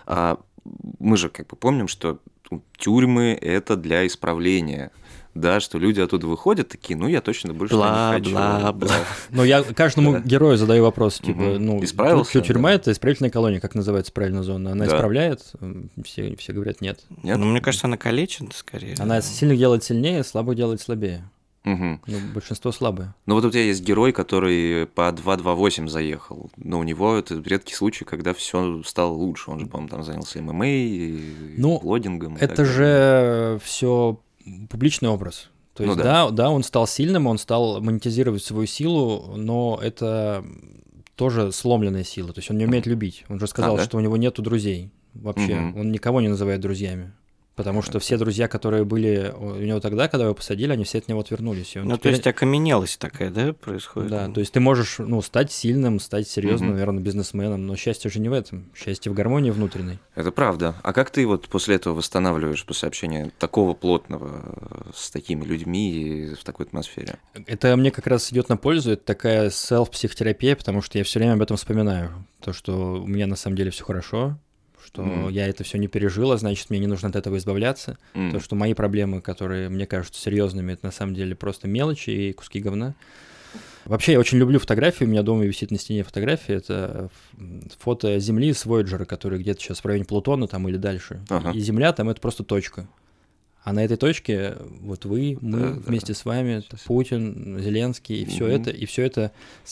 мы же как бы помним, что тюрьмы – это для исправления. Да, что люди оттуда выходят такие, ну, я точно больше туда не хочу. Бла-бла-бла. Да. Но я каждому Да. герою задаю вопрос, типа, Мгм. ну, Исправился, тюрьма да. это исправительная колония, как называется правильно зона. Она Да. исправляет, все говорят нет. Нет? Ну, мне кажется, она калечит скорее. Она сильных делает сильнее, слабых делает слабее. Мгм. Ну, большинство слабые. Ну вот у тебя есть герой, который по 2.28 заехал, но у него это редкий случай, когда все стало лучше. Он же, по-моему, там занялся ММА, и Ну, блогингом. и так Это далее. же все публичный образ. То Ну есть, да. да, он стал сильным, он стал монетизировать свою силу, но это тоже сломленная сила. То есть он не умеет любить. Он же сказал, да? что у него нету друзей вообще. Мгм. Он никого не называет друзьями. Потому что все друзья, которые были у него тогда, когда его посадили, они все от него отвернулись. И он Ну, то теперь- есть окаменелость такая, да, происходит? Да, то есть ты можешь стать сильным, стать серьезным, Мгм. наверное, бизнесменом, но счастье же не в этом. Счастье в гармонии внутренней. Это правда. А как ты вот после этого восстанавливаешь, после общения такого плотного с такими людьми и в такой атмосфере? Это мне как раз идет на пользу, это такая селф-психотерапия, потому что я все время об этом вспоминаю. То, что у меня на самом деле все хорошо, что я это все не пережила, значит, мне не нужно от этого избавляться. То, что мои проблемы, которые мне кажутся серьезными, это на самом деле просто мелочи и куски говна. Вообще, я очень люблю фотографии, у меня дома висит на стене фотография, это фото Земли с Voyager, который где-то сейчас в районе Плутона там или дальше. Ага. И Земля там это просто точка. А на этой точке вот вы, мы Да, вместе с вами, Путин, Зеленский, и все это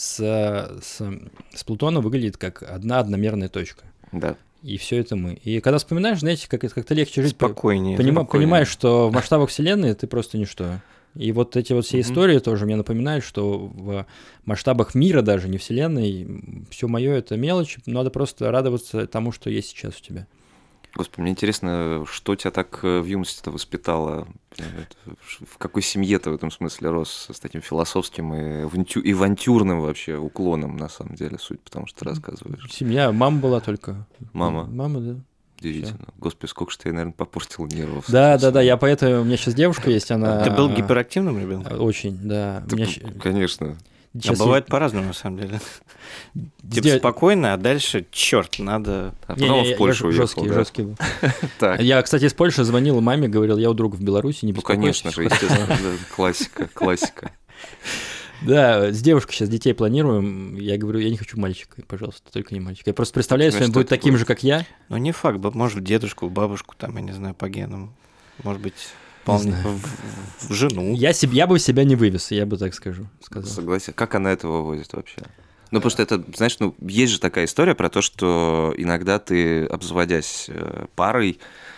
с Плутона выглядит как одна одномерная точка. Да. И все это мы. И когда вспоминаешь, знаете, как-то легче жить. Спокойнее. спокойнее. Понимаешь, что в масштабах Вселенной ты просто ничто. И вот эти вот все истории тоже мне напоминают, что в масштабах мира даже, не вселенной, все мое это мелочь, надо просто радоваться тому, что есть сейчас у тебя. Господи, мне интересно, что тебя так в юности-то воспитало? В какой семье ты в этом смысле рос с таким философским и авантюрным вообще уклоном, на самом деле, суть, потому что ты рассказываешь. Семья, мама была только. Мама? Мама, да. Удивительно. Всё. Господи, сколько же ты, наверное, попортил нервов. Да, я поэтому... У меня сейчас девушка есть, она... Ты был гиперактивным ребенком? Очень, да. Конечно. А бывает по-разному, на самом деле. Типа спокойно, а дальше, черт, надо... А потом в Польшу уехал, да? Жесткий был. Я, кстати, из Польши звонил маме, говорил, я у друга в Беларуси, не беспокойтесь. Ну, конечно же, естественно. Классика. Да, с девушкой сейчас детей планируем. Я говорю, я не хочу мальчика, пожалуйста, только не мальчика. Я просто представляю, если он будет таким же, как я. Ну, не факт, может, дедушку, бабушку, там, я не знаю, по генам. Может быть... В жену. Я бы себя не вывез, я бы так сказал. Согласен. Как она этого вывозит вообще? Ну, потому что это, знаешь, есть же такая история про то, что иногда ты, обзаводясь парой,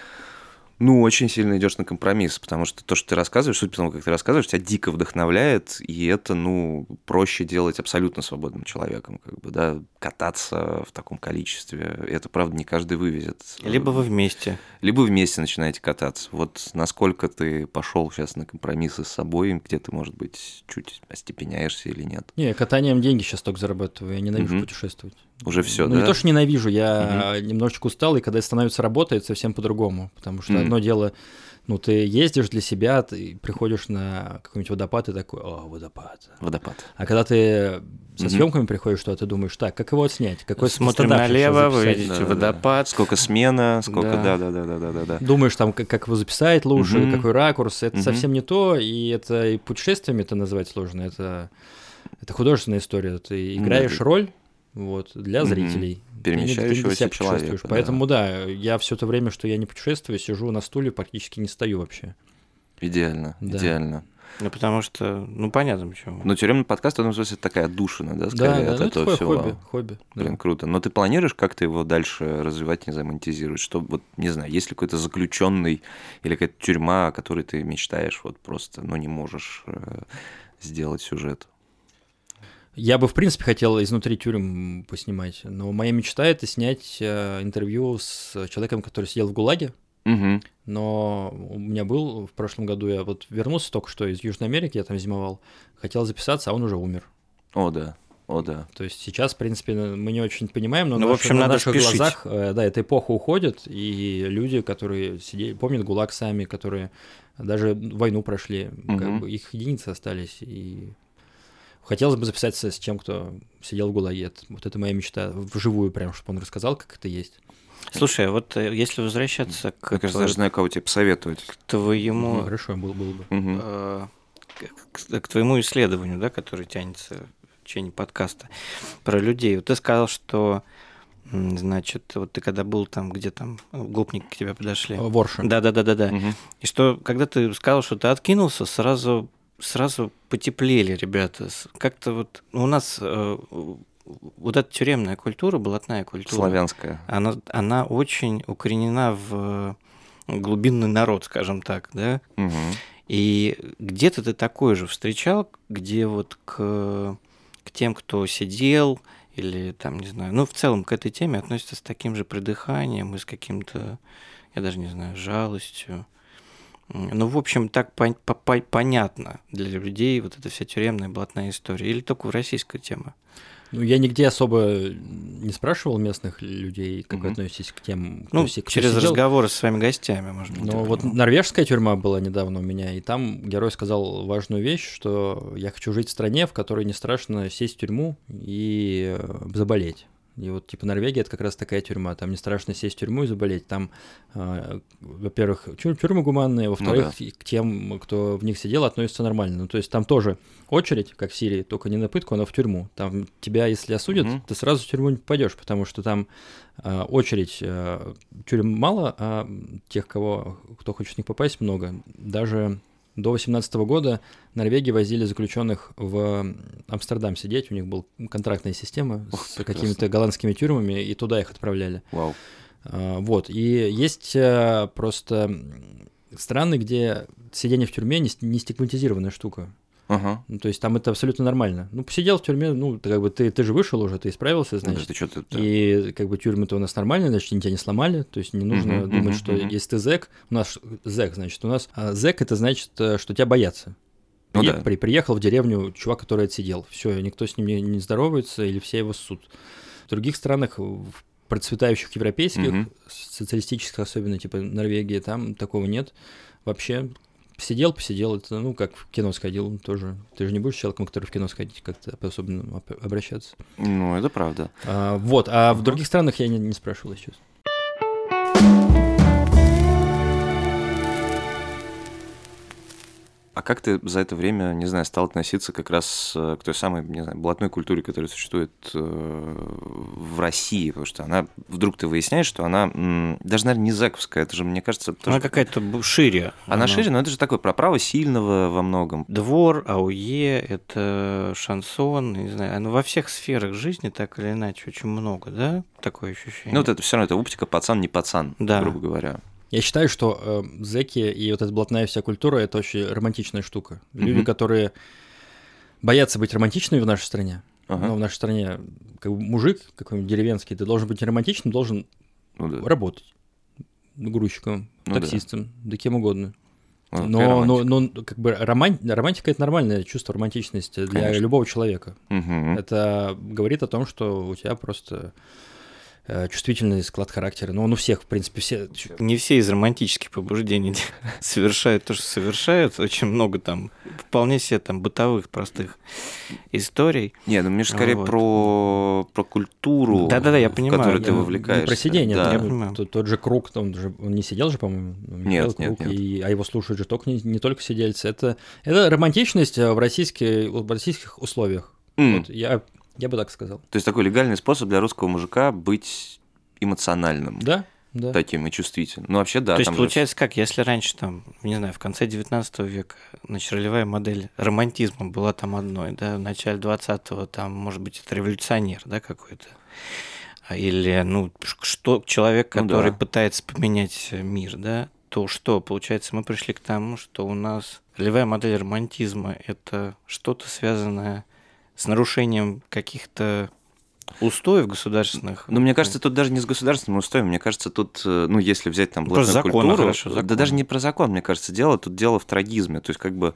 очень сильно идешь на компромисс, потому что то, что ты рассказываешь, суть потому, как ты рассказываешь, тебя дико вдохновляет, и это, проще делать абсолютно свободным человеком, да, кататься в таком количестве, это, правда, не каждый вывезет. Либо вы вместе. Либо вместе начинаете кататься. Вот насколько ты пошел сейчас на компромиссы с собой, где ты, может быть, чуть остепеняешься или нет? Не, катанием деньги сейчас только зарабатываю, я ненавижу путешествовать. Уже все, да? Не то, что ненавижу, я немножечко устал, и когда становится работа, это совсем по-другому, потому что одно дело, ты ездишь для себя, ты приходишь на какой-нибудь водопад и такой, водопад. А когда ты со съемками приходишь, то ты думаешь, так, как его отснять? Какой смотрим налево, вы видите водопад. Сколько смена, сколько, да. Думаешь, там, как его записать лучше, какой ракурс, это совсем не то, и это и путешествиями это назвать сложно, это художественная история, ты играешь роль, для зрителей. Перемещающегося человека. Да. Поэтому, я все то время, что я не путешествую, сижу на стуле, практически не стою вообще. Идеально. Ну, потому что, понятно почему. Но тюремный подкаст, в этом смысле, такая отдушина, да, скорее, от этого всего. Хобби. Блин, круто. Но ты планируешь как-то его дальше развивать, не знаю, монетизировать? Что, не знаю, есть ли какой-то заключенный или какая-то тюрьма, о которой ты мечтаешь, просто, но не можешь сделать сюжет? Я бы, в принципе, хотел изнутри тюрем поснимать, но моя мечта – это снять интервью с человеком, который сидел в ГУЛАГе. Но у меня был в прошлом году, я вернулся только что из Южной Америки, я там зимовал, хотел записаться, а он уже умер. О, да. То есть сейчас, в принципе, мы не очень понимаем, но в общем, на надо наших спешить. глазах эта эпоха уходит, и люди, которые сидели, помнят ГУЛАГ сами, которые даже войну прошли, их единицы остались, и... Хотелось бы записаться с тем, кто сидел в ГУЛАГе. Это моя мечта, вживую прям, чтобы он рассказал, как это есть. Слушай, если возвращаться к... Я, кажется, даже знаю, кого тебе посоветовать. К твоему... Хорошо, было бы. К твоему исследованию, да, которое тянется в течение подкаста, про людей. Ты сказал, что, значит, ты когда был там, где там гопники к тебе подошли. В Орше. Да. И что, когда ты сказал, что ты откинулся, сразу потеплели ребята. Как-то у нас эта тюремная культура, блатная культура. Славянская. Она очень укоренена в глубинный народ, скажем так, да? И где-то ты такое же встречал, где к тем, кто сидел, или там, не знаю, в целом к этой теме относятся с таким же придыханием и с каким-то, я даже не знаю, жалостью. В общем, так понятно для людей эта вся тюремная блатная история. Или только российская тема? Я нигде особо не спрашивал местных людей, как вы относитесь к тем, кто через сидел. Разговоры с своими гостями, может быть. Но норвежская тюрьма была недавно у меня, и там герой сказал важную вещь, что я хочу жить в стране, в которой не страшно сесть в тюрьму и заболеть. И Норвегия – это как раз такая тюрьма. Там не страшно сесть в тюрьму и заболеть. Там, во-первых, тюрьмы гуманные, во-вторых, к тем, кто в них сидел, относятся нормально. То есть там тоже очередь, как в Сирии, только не на пытку, но в тюрьму. Там тебя, если осудят, ты сразу в тюрьму не попадешь, потому что там очередь, тюрем мало, а тех, кто хочет в них попасть, много. Даже... До 2018 года Норвегии возили заключенных в Амстердам сидеть, у них была контрактная система с какими-то голландскими тюрьмами, и туда их отправляли. Вау. И есть просто страны, где сидение в тюрьме не стигматизированная штука. Ага. Ну, то есть там это абсолютно нормально. Ну, посидел в тюрьме, ну, ты, как бы ты же вышел уже, ты исправился, Ну, да, значит. ты что-то... И как бы тюрьмы-то у нас нормальные, значит, они тебя не сломали. То есть не нужно думать, что если ты зэк, у нас зэк, значит, у нас зэк это значит, что тебя боятся. Ну да. Приехал в деревню чувак, который отсидел. Все, никто с ним не здоровается, или все его ссут. В других странах, в процветающих европейских, социалистических, особенно типа Норвегии, там такого нет. Вообще посидел, это, ну, как в кино сходил тоже. Ты же не будешь человеком, который в кино сходить, как-то по-особенному обращаться. Ну, это правда. Вот, а в других странах я не спрашивал сейчас. А как ты за это время, не знаю, стал относиться как раз к той самой, не знаю, блатной культуре, которая существует в России? Потому что она, вдруг ты выясняешь, что она даже, наверное, не зэковская, это же, мне кажется... Она какая-то шире. Она шире, но это же такое про право сильного во многом. Двор, АУЕ, это шансон, не знаю, оно во всех сферах жизни так или иначе очень много, да? Такое ощущение. Ну, вот это все равно, это оптика пацан, не пацан, Да. грубо говоря. Я считаю, что зэки и вот эта блатная вся культура – это очень романтичная штука. Люди, которые боятся быть романтичными в нашей стране, но в нашей стране как бы мужик какой-нибудь деревенский, ты должен быть не романтичным, должен работать грузчиком, таксистом, да кем угодно. Но как бы романтика – это нормальное чувство романтичности для любого человека. Это говорит о том, что у тебя просто... чувствительный склад характера. Но он у всех, в принципе, все... Не все из романтических побуждений совершают то, что совершают. Очень много там, вполне себе там бытовых, простых историй. Не, ну мне же скорее про культуру, Да-да-да, я в понимаю. которую ты вовлекаешься. Не про сидение. Да. Я понимаю. Тот же Круг, он не сидел же, по-моему? Нет. А его слушают же только не только сидельцы. Это романтичность в российских условиях. Вот, я бы так сказал. То есть такой легальный способ для русского мужика быть эмоциональным. Да. Таким и чувствительным. Ну, вообще, да. То есть, получается, как, если раньше, там, не знаю, в конце 19 века, значит, ролевая модель романтизма была там одной, да, в начале 20-го, там, может быть, это революционер, да, какой-то. Или, ну, что человек, который пытается поменять мир, да, то что, получается, мы пришли к тому, что у нас ролевая модель романтизма – это что-то связанное с нарушением каких-то устоев государственных. Ну, мне кажется, тут даже не с государственным устоем, мне кажется, тут, ну, если взять там блатную культуру, хорошо, да даже не про закон, мне кажется, тут дело в трагизме, то есть как бы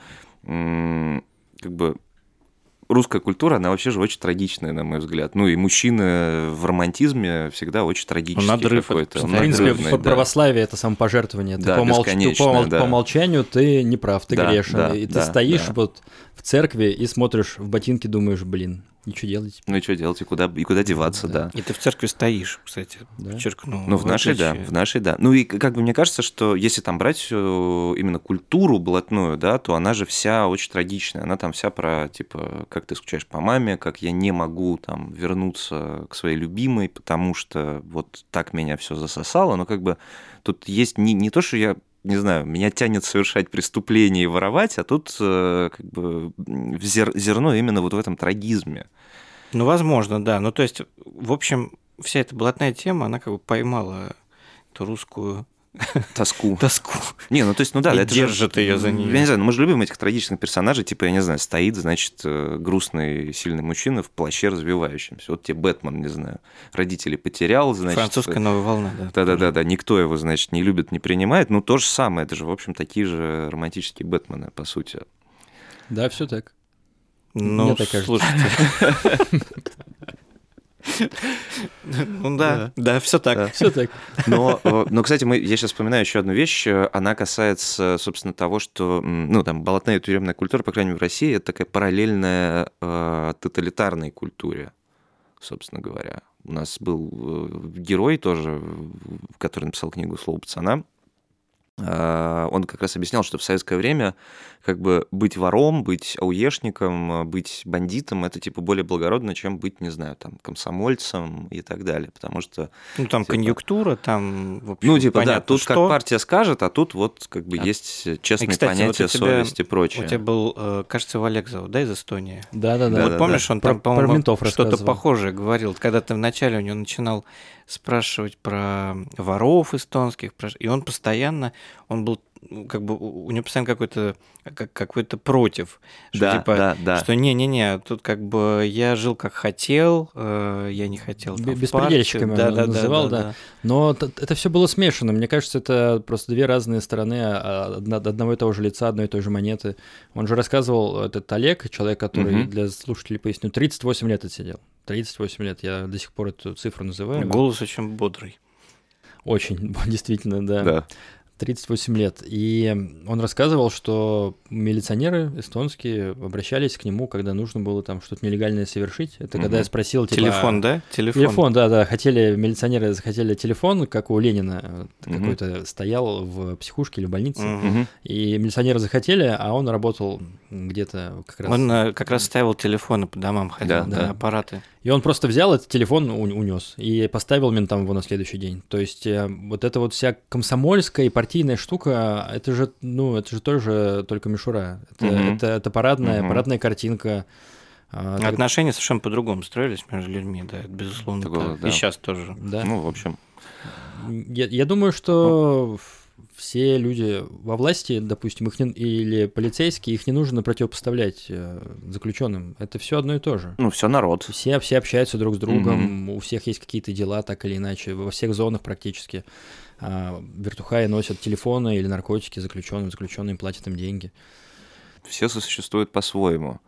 русская культура, она вообще же очень трагичная, на мой взгляд. Ну, и мужчина в романтизме всегда очень трагический надрыв какой-то. В принципе, православие – это самопожертвование. Да, по умолчанию ты не прав, ты грешен. И ты стоишь вот в церкви и смотришь в ботинки, думаешь, блин, ничего делать. Ну и что делать, и куда деваться, да. И ты в церкви стоишь, кстати, подчеркну. Ну, в нашей, да. Ну и как бы мне кажется, что если там брать именно культуру блатную, да, то она же вся очень трагичная. Она там вся про, типа, как ты скучаешь по маме, как я не могу там вернуться к своей любимой, потому что вот так меня все засосало. Но как бы тут есть не то, что я... не знаю, меня тянет совершать преступление и воровать, а тут как бы зерно именно вот в этом трагизме. Ну, возможно, да. Ну, то есть, в общем, вся эта блатная тема, она как бы поймала эту русскую Тоску. Не, ну то есть, ну да, и это держит ее за нее. Я не знаю, мы же любим этих трагичных персонажей, типа, я не знаю, стоит, значит, грустный, сильный мужчина в плаще развивающемся. Вот тебе Бэтмен, не знаю, родителей потерял, значит... Французская новая волна, да. Да, никто его, значит, не любит, не принимает. Ну, то же самое, это же, в общем, такие же романтические Бэтмены, по сути. Да, все так. Ну, слушайте... Ну да, все так. Все так. Но, кстати, я сейчас вспоминаю еще одну вещь. Она касается, собственно, того, что, ну, там, блатная тюремная культура, по крайней мере, в России, это такая параллельная тоталитарной культуре, собственно говоря. У нас был герой тоже, который написал книгу «Слово пацана». Он как раз объяснял, что в советское время как бы быть вором, быть ауешником, быть бандитом – это типа более благородно, чем быть, не знаю, там, комсомольцем и так далее, потому что… Ну, там типа, конъюнктура, там, в общем, ну, типа, понятно, да, тут что... как партия скажет, а тут вот как бы есть честные кстати, понятия, вот совесть и прочее. У тебя был, кажется, Валек зовут, да, из Эстонии? Да. Вот помнишь, он там, по-моему, что-то рассказывал. похожее говорил, когда ты вначале у него начинал спрашивать про воров эстонских, и он постоянно, он был как бы у него постоянно какой-то против. Что, Да, типа, да. что не-не-не, тут как бы я жил как хотел, я не хотел там, в Беспредельщиками партию. он называл, да. Но это все было смешано. Мне кажется, это просто две разные стороны одного и того же лица, одной и той же монеты. Он же рассказывал, этот Олег, человек, который, для слушателей поясню, 38 лет отсидел. 38 лет, я до сих пор эту цифру называю. Голос очень бодрый. Очень, действительно, да. Да. 38 лет. И он рассказывал, что милиционеры эстонские обращались к нему, когда нужно было там что-то нелегальное совершить. Это когда я спросил, типа... Телефон, да? Телефон, да. Милиционеры захотели телефон, как у Ленина, какой-то стоял в психушке или больнице. И милиционеры захотели, а он работал где-то как раз... Он как раз ставил телефоны по домам, ходил, да, аппараты. И он просто взял этот телефон, унес и поставил ментам его на следующий день. То есть вот эта вот вся комсомольская и партийная штука, это же тоже только мишура. Это парадная картинка. Отношения совершенно по-другому строились между людьми, да, это безусловно так. Да. И сейчас тоже. Да. Ну, в общем. Я думаю, что все люди во власти, допустим, или полицейские, их не нужно противопоставлять заключенным. Это все одно и то же. Ну, все народ. Все общаются друг с другом, у всех есть какие-то дела, так или иначе, во всех зонах практически. Вертухаи носят телефоны или наркотики заключенным платят им деньги. Все сосуществуют по-своему.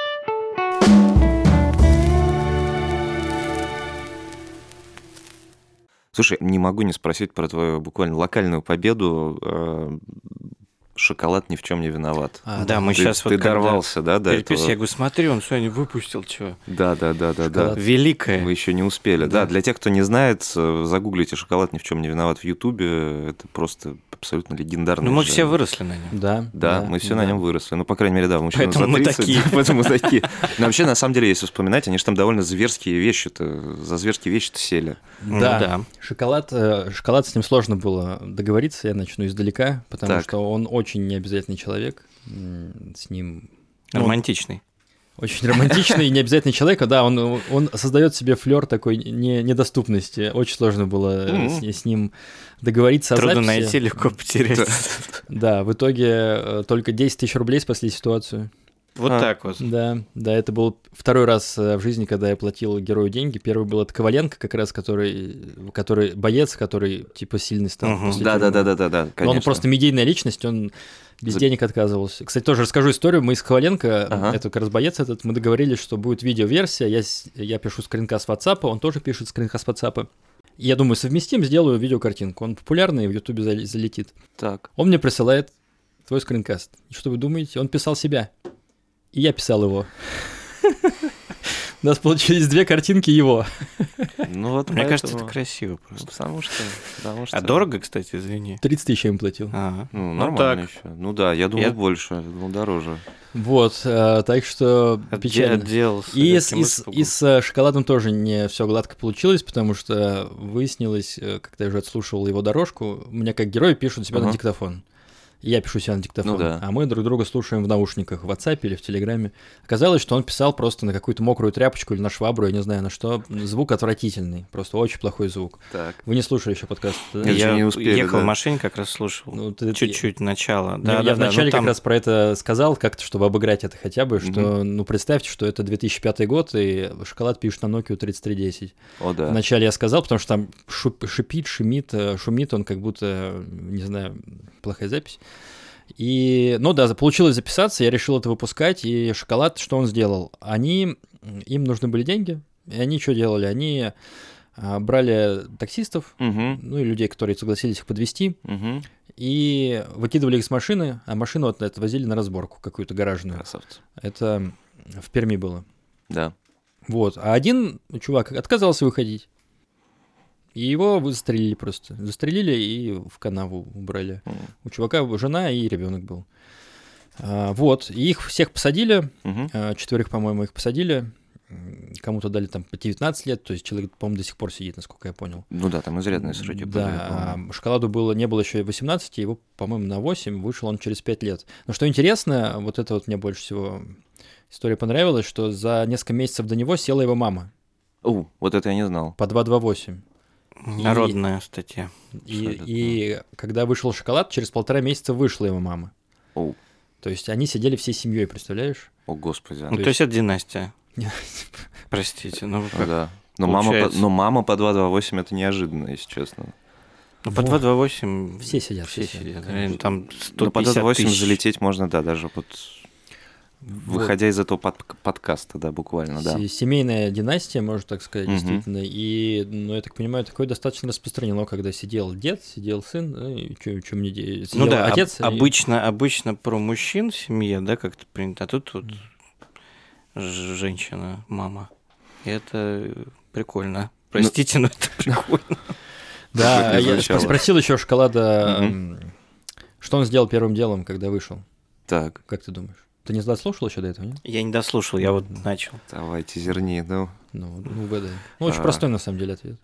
Слушай, не могу не спросить про твою буквально локальную победу. Шоколад ни в чем не виноват. Да, мы сейчас ты дорвался, да, до этого? Я говорю, смотри, он сегодня выпустил чего. Да. Великое. Вы еще не успели. Да, для тех, кто не знает, загуглите «Шоколад ни в чем не виноват» в Ютубе. Это просто абсолютно легендарный. Ну, мы все выросли на нем. Да, мы все на нем выросли. Ну, по крайней мере, да, мужчины поэтому за 30, мы такие. Поэтому мы такие. Но вообще, на самом деле, если вспоминать, они же там довольно зверские вещи-то, за зверские вещи-то сели. Да. Шоколад, с ним сложно было договориться, я начну издалека, потому что он очень необязательный человек, с ним... Романтичный. Очень романтичный и необязательный человек, да, он создает себе флер такой недоступности. Очень сложно было с ним договориться о записи. Трудно найти, легко потерять. Да, в итоге только 10 тысяч рублей спасли ситуацию. Вот так вот. Да, это был второй раз в жизни, когда я платил герою деньги. Первый был от Коваленко, как раз, который боец, который типа сильный стал. Да, конечно. Но он просто медийная личность, он без денег отказывался. Кстати, тоже расскажу историю. Мы из Коваленко, это как раз боец этот, мы договорились, что будет видеоверсия. Я пишу скринкаст с WhatsApp, он тоже пишет скринкаст с WhatsApp. И я думаю, совместим, сделаю видеокартинку. Он популярный, в Ютубе залетит. Так. Он мне присылает твой скринкаст. И что вы думаете? Он писал себя. И я писал его. У нас получились две картинки его. Ну вот, мне кажется, это красиво просто. Потому что... А дорого, кстати, извини. 30 тысяч я им платил. Ну, нормально еще. Ну да, я думал больше, думал дороже. Вот, так что печально. И с шоколадом тоже не все гладко получилось, потому что выяснилось, когда я уже отслушивал его дорожку, у меня как герой пишут себя на диктофон. Я пишу себя на диктофон, а мы друг друга слушаем в наушниках, в WhatsApp или в Телеграме. Оказалось, что он писал просто на какую-то мокрую тряпочку или на швабру, я не знаю на что. Звук отвратительный, просто очень плохой звук. Так. Вы не слушали еще подкаст? Да? Я не успел, ехал в машине, как раз слушал. Чуть-чуть начало. Я вначале как раз про это сказал, как-то, чтобы обыграть это хотя бы, что, представьте, что это 2005 год, и Шоколад пишет на Nokia 3310. О, да. Вначале я сказал, потому что там шумит, он как будто, не знаю, плохая запись. И, получилось записаться, я решил это выпускать, и Шоколад, что он сделал? Им нужны были деньги, и они что делали? Они брали таксистов, и людей, которые согласились их подвезти, и выкидывали их с машины, а машину отвозили на разборку какую-то гаражную. Красавцы. Это в Перми было. Да. Вот, а один чувак отказался выходить. И его застрелили просто. Застрелили и в канаву убрали. У чувака жена и ребенок был. Вот. И их всех посадили. 4, по-моему, их посадили. Кому-то дали там по 19 лет. То есть человек, по-моему, до сих пор сидит, насколько я понял. Ну да, там изрядные сроки были. Да. Шоколаду не было еще и 18, его, по-моему, на 8. Вышел он через 5 лет. Но что интересно, вот это вот мне больше всего история понравилась, что за несколько месяцев до него села его мама. Вот это я не знал. По 228. Народная статья. И когда вышел шоколад, через 1,5 месяца вышла его мама. Оу. То есть они сидели всей семьей, представляешь? О, господи. Ну, то есть это династия. Простите, ну Ну как да. получается? Но мама по 228 это неожиданно, если честно. Ну, по 228 Все сидят. все сидят. конечно. Реально, там Но по 150 228 тысяч. залететь можно, да, даже вот выходя из этого подкаста, да, буквально, да. Семейная династия, можно так сказать, Мгм. действительно. И, ну, я так понимаю, такое достаточно распространено, когда сидел дед, сидел сын, ну, и что мне делать? Ну да, отец. обычно про мужчин в семье, да, как-то принято, а тут вот женщина, мама. И это прикольно. Простите, но это прикольно. Да, Как не я звучало. спросил еще шоколада, Мгм. что он сделал первым делом, когда вышел. Так, Как ты думаешь? Ты не дослушал еще до этого, нет? Я не дослушал, я вот начал. давайте зерни, ну. Ну, угадай. Ну, очень А. простой, на самом деле, ответ.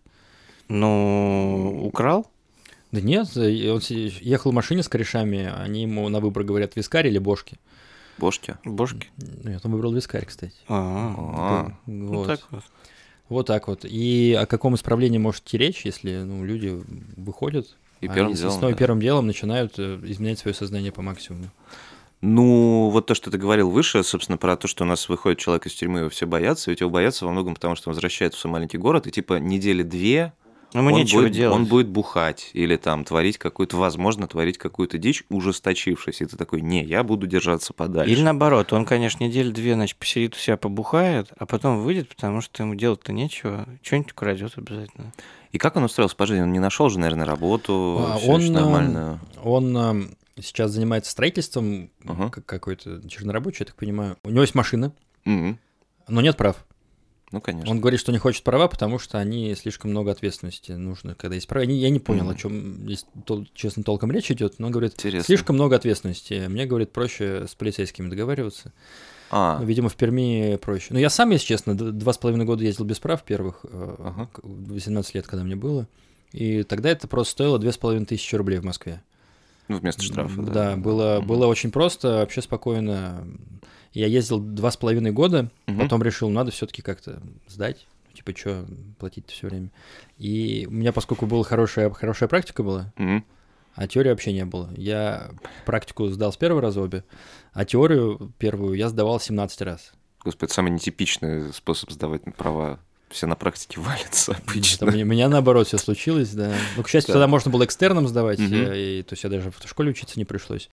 Ну, украл? Да нет, он ехал в машине с корешами, они ему на выбор говорят вискарь или бошки. Бошки. Бошки? Нет, он выбрал вискарь, кстати. А, Ну Вот. так вот. Вот так вот. И о каком исправлении может идти речь, если люди выходят, И первым и делом, снова да. первым делом начинают изменять свое сознание по максимуму. Ну, вот то, что ты говорил выше, собственно, про то, что у нас выходит человек из тюрьмы, его все боятся, ведь его боятся во многом потому, что он возвращается в свой маленький город, и типа недели 2 Ну, ему нечего делать. он будет бухать или там творить какую-то, возможно, творить какую-то дичь, ужесточившись. И ты такой, не, я буду держаться подальше. Или наоборот, он, конечно, недели-две, значит, посидит у себя, побухает, а потом выйдет, потому что ему делать-то нечего, что-нибудь украдет обязательно. И как он устроился по жизни? Он не нашел же, наверное, работу, всё Он, ещё нормальную. Он сейчас занимается строительством, Ага. какой-то чернорабочий, я так понимаю. У него есть машина, Мгм. но нет прав. Ну, конечно. Он говорит, что не хочет права, потому что они слишком много ответственности нужно, когда есть права. Я не понял, о чем здесь, честно, толком речь идет, но он говорит, Интересно. слишком много ответственности. Мне, говорит, проще с полицейскими договариваться. Ну, видимо, в Перми проще. Но я сам, если честно, 2,5 года ездил без прав первых, Ага. 18 лет, когда мне было. И тогда это просто стоило 2500 рублей в Москве. Ну, вместо штрафа, да. Да, было очень просто, вообще спокойно. Я ездил 2,5 года, Мгм. потом решил, надо все-таки как-то сдать. Типа, что платить все время. И у меня, поскольку была хорошая практика была, Мгм. а теории вообще не было. Я практику сдал с первого раза обе, а теорию первую я сдавал 17 раз. Господи, это самый нетипичный способ сдавать права. Все на практике валятся обычно. У меня наоборот все случилось, да. Ну, к счастью, Да. тогда можно было экстерном сдавать, Мгм. то есть я даже в школе учиться не пришлось.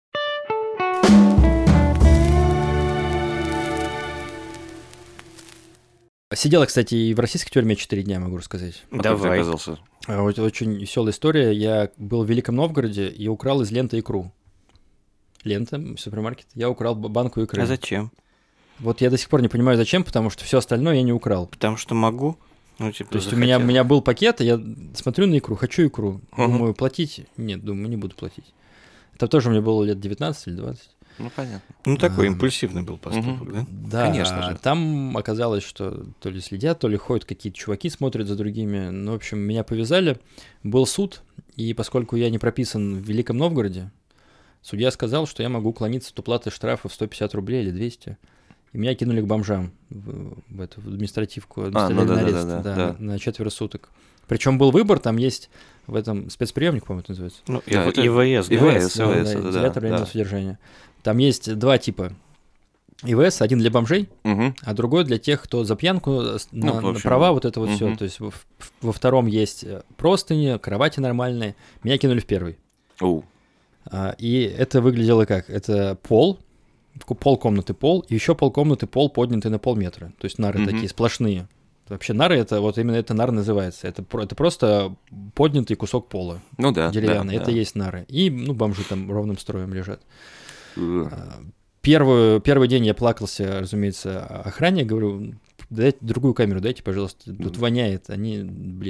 Сидела, кстати, и в российской тюрьме 4 дня, могу рассказать. А как ты Давай. оказался? Очень веселая история. Я был в Великом Новгороде и украл из ленты икру. Лента, супермаркет. Я украл банку икры. А зачем? Вот я до сих пор не понимаю, зачем, потому что все остальное я не украл. Потому что могу. Ну, типа, То есть у захотел. меня был пакет, и я смотрю на икру, хочу икру. Ага. Думаю, платить? Нет, думаю, не буду платить. Это тоже мне было лет 19 или 20. Ну, понятно. Ну, такой А, импульсивный был поступок, мгм. да? Да, Конечно же. там оказалось, что то ли следят, то ли ходят какие-то чуваки, смотрят за другими. Ну, в общем, меня повязали. Был суд, и поскольку я не прописан в Великом Новгороде, судья сказал, что я могу уклониться от уплаты штрафа в 150 рублей или 200. И меня кинули к бомжам в административку, административный арест, да. на 4 суток. Причем был выбор, там есть в этом спецприемник, по-моему, это называется. Ну, Да, это ИВС, да? ИВС, Да, ИВС, да, это изолятор временного да. содержания. Там есть два типа ИВС, один для бомжей, Мгм. а другой для тех, кто за пьянку, Ну, в на общем, права, вот это вот все. мгм. То есть во втором есть простыни, кровати нормальные. Меня кинули в первый. Оу. И это выглядело как? Это пол комнаты пол, и еще полкомнаты пол поднятый на полметра. То есть нары Мгм. такие сплошные. Вообще нары, это вот именно это нар называется. Это просто поднятый кусок пола Ну да. деревянный. да, Это да. есть нары. И бомжи там ровным строем лежат. Э, Первый день я плакался, разумеется, охране, говорю, дайте другую камеру, дайте, пожалуйста, тут воняет, они,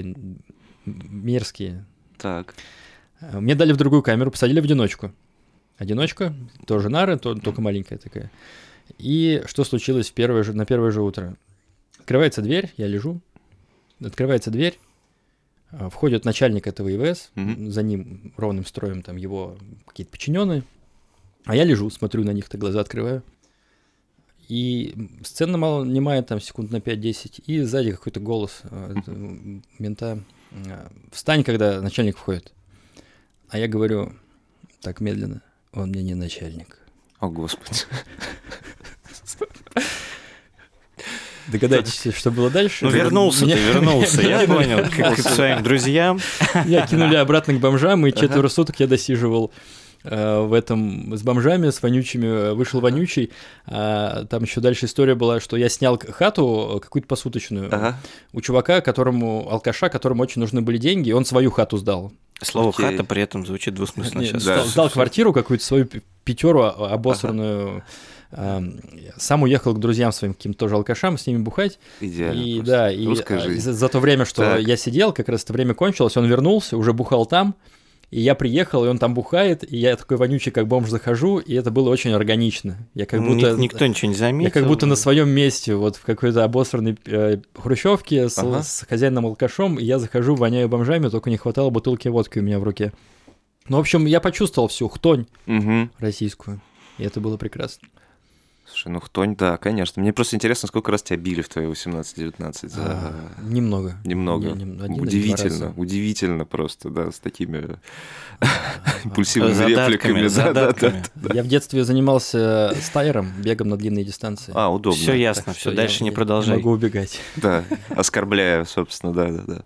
мерзкие. Так. Мне дали в другую камеру, посадили в одиночку. Одиночка, тоже нары, только маленькая такая. И что случилось на первое же утро? Открывается дверь, я лежу, открывается дверь, входит начальник этого ИВС, Мгм. за ним ровным строем там его какие-то подчиненные, а я лежу, смотрю на них, так глаза открываю. И сцена мало немая, там секунд на 5-10, и сзади какой-то голос мента. Встань, когда начальник входит. А я говорю так медленно, он мне не начальник. О, Господи. Догадайтесь, что было дальше? Ну, вернулся Меня- ты, вернулся, я меня понял, как к своим друзьям. Меня кинули обратно к бомжам, и 4 суток я досиживал в этом с бомжами, с вонючими, вышел вонючий. Там еще дальше история была, что я снял хату какую-то посуточную Ага. у чувака, алкаша, которому очень нужны были деньги, и он свою хату сдал. Слово Окей. «хата» при этом звучит двусмысленно Нет, сейчас. да. сдал квартиру какую-то свою пятеру обосранную. Сам уехал к друзьям своим, каким-то тоже алкашам, с ними бухать. Идеально. И просто. да, и Русская жизнь. за то время, что Так. я сидел, как раз это время кончилось, он вернулся, уже бухал там, и я приехал, и он там бухает, и я такой вонючий, как бомж, захожу, и это было очень органично. Я как будто... Никто ничего не заметил. Я как будто на своем месте, вот в какой-то обосранной хрущевке Ага. с хозяином алкашом, и я захожу, воняю бомжами, только не хватало бутылки водки у меня в руке. Ну, в общем, я почувствовал всю хтонь Мгм. российскую, и это было прекрасно. Слушай, ну хтонь, да, конечно. Мне просто интересно, сколько раз тебя били в твои 18-19? Немного. Немного. Один или два раза. Удивительно, удивительно просто, да, с такими импульсивными Задатками, репликами. Да, задатками. Я в детстве занимался стайером, бегом на длинные дистанции. Удобно. Все ясно, Так все, что дальше я не продолжай. могу убегать. Да, оскорбляя, собственно, да.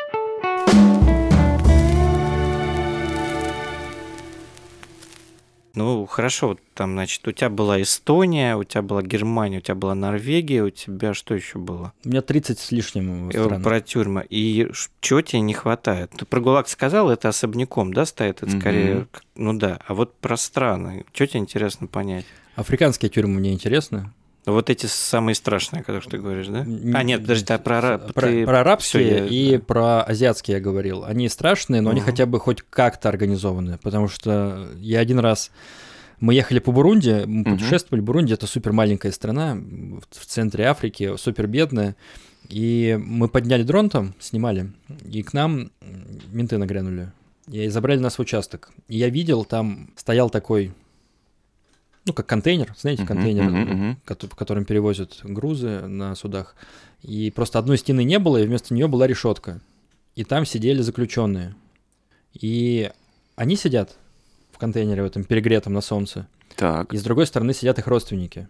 Ну, хорошо, вот там, значит, у тебя была Эстония, у тебя была Германия, у тебя была Норвегия, у тебя что еще было? У меня 30 с лишним стран. Про тюрьмы. И чего тебе не хватает? Ты про ГУЛАГ сказал, это особняком, да, стоит? Это скорее, ну да. А вот про страны, что тебе интересно понять? Африканские тюрьмы мне интересны. Вот эти самые страшные, о которых ты говоришь, да? Н- Нет, подожди, а про Про арабские всё, и да. про азиатские я говорил. Они страшные, но они Мгм. хотя бы хоть как-то организованы. Потому что я один раз... Мы ехали по Бурунди, мы путешествовали. Бурунди — это супер маленькая страна в центре Африки, супер бедная. И мы подняли дрон там, снимали, и к нам менты нагрянули. И забрали нас в участок. И я видел, там стоял такой... Ну, как контейнер, знаете, контейнер, в котором перевозят грузы на судах. И просто одной стены не было, и вместо нее была решетка. И там сидели заключенные. И они сидят в контейнере, в этом перегретом на солнце. Так. И с другой стороны сидят их родственники.